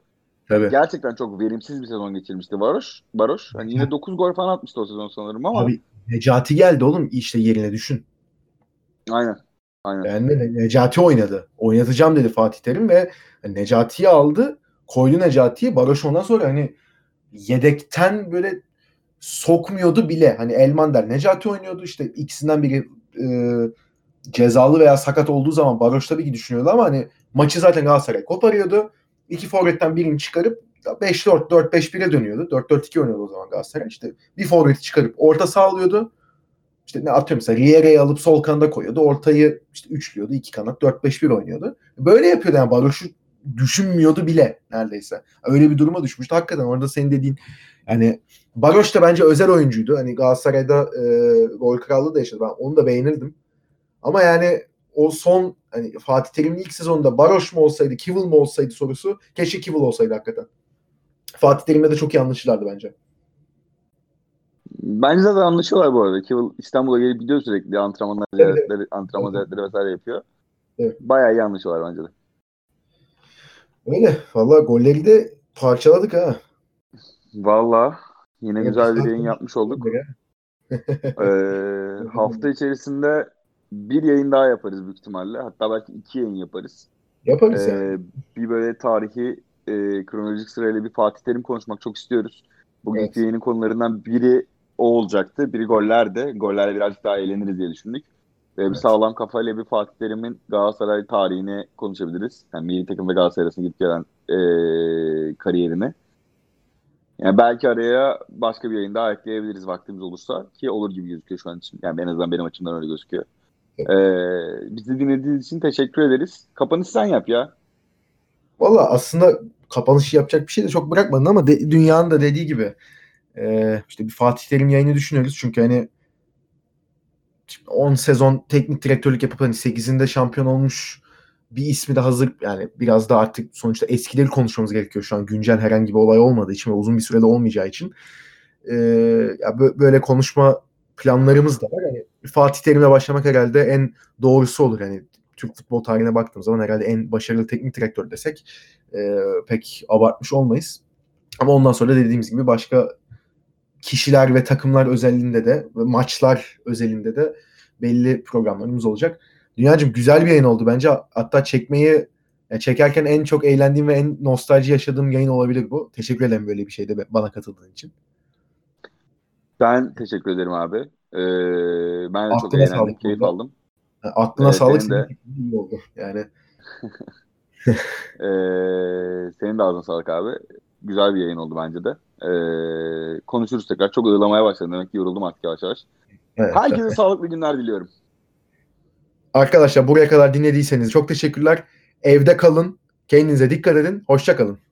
Tabii. Gerçekten çok verimsiz bir sezon geçirmişti Baroş. Hani yine 9 gol falan atmıştı o sezon sanırım ama. Abi Necati geldi oğlum işte yerine düşün. Aynen. Aynen. Yani Necati oynadı. Oynatacağım dedi Fatih Terim ve Necati'yi aldı. Koydu Necati'yi. Baroş ondan sonra hani yedekten böyle sokmuyordu bile. Hani Elmander Necati oynuyordu. İşte ikisinden biri cezalı veya sakat olduğu zaman Baroş tabii ki düşünüyordu ama hani maçı zaten Galatasaray koparıyordu. İki forvetten birini çıkarıp 5-4, 4-5-1'e dönüyordu. 4-4-2 oynuyordu o zaman Galatasaray. İşte bir forveti çıkarıp orta sağlıyordu. İşte ne atıyorum mesela Riera'yı alıp sol kanada koyuyordu. Ortayı işte üçlüyordu. İki kanat 4-5-1 oynuyordu. Böyle yapıyordu yani Baroş'u düşünmüyordu bile neredeyse. Öyle bir duruma düşmüştü. Hakikaten orada senin dediğin yani Baroş da bence özel oyuncuydu. Hani Galatasaray'da gol krallığı da yaşadı. Ben onu da beğenirdim. Ama yani o son hani Fatih Terim'in ilk sezonunda Baroş mu olsaydı, Kivil mu olsaydı sorusu keşke Kivil olsaydı hakikaten. Fatih Terim'le de çok iyi anlaşırlardı bence. Bence de anlaşıyorlar bu arada. Kivil İstanbul'a gelip gidiyor sürekli. Antrenman ziyaretleri vesaire yapıyor. Evet. Bayağı iyi anlaşıyorlar bence de. Öyle. Vallahi golleri de parçaladık ha. Valla yine Ya güzel bir biz yayın yapmış olduk. ya. Hafta içerisinde bir yayın daha yaparız büyük ihtimalle. Hatta belki 2 yayın yaparız. Yaparız yani. Bir böyle tarihi kronolojik sırayla bir Fatih Terim konuşmak çok istiyoruz. Bugünkü Evet. yayının konularından biri o olacaktı. Biri gollerdi. Gollerle birazcık daha eğleniriz diye düşündük. Bir Evet. sağlam kafayla bir Fatih Terim'in Galatasaray tarihini konuşabiliriz. Yani milli takım ve Galatasaray arasında gidip gelen kariyerini. Yani belki araya başka bir yayın daha ekleyebiliriz vaktimiz olursa ki olur gibi gözüküyor şu an için. Yani en azından benim açımdan öyle gözüküyor. Bizi dinlediğiniz için teşekkür ederiz. Kapanış sen yap ya. Valla aslında kapanışı yapacak bir şey de çok bırakmadın ama dünyanın da dediği gibi işte bir Fatih Terim yayını düşünüyoruz. Çünkü hani 10 sezon teknik direktörlük yapıp hani 8'inde şampiyon olmuş bir ismi de hazır yani biraz da artık sonuçta eskileri konuşmamız gerekiyor şu an güncel herhangi bir olay olmadığı için ve uzun bir sürede olmayacağı için ya böyle konuşma planlarımız da var. Yani Fatih Terim'le başlamak herhalde en doğrusu olur. Yani Türk futbol tarihine baktığımız zaman herhalde en başarılı teknik direktör desek pek abartmış olmayız. Ama ondan sonra dediğimiz gibi başka kişiler ve takımlar özelinde de ve maçlar özelinde de belli programlarımız olacak. Dünyacığım güzel bir yayın oldu bence. Hatta çekerken en çok eğlendiğim ve en nostalji yaşadığım yayın olabilir bu. Teşekkür ederim böyle bir şeyde bana katıldığın için. Ben teşekkür ederim abi. Ben de çok Aklına eğlendim, sağlık keyif burada. aldım. Aklına sağlık. Senin de İyi oldu. Yani senin de ağzına sağlık abi. Güzel bir yayın oldu bence de. Konuşuruz tekrar. Çok ığlamaya başladım. Demek ki yoruldum artık yavaş yavaş. evet. Herkese sağlıklı günler diliyorum. Arkadaşlar buraya kadar dinlediyseniz çok teşekkürler. Evde kalın. Kendinize dikkat edin. Hoşça kalın.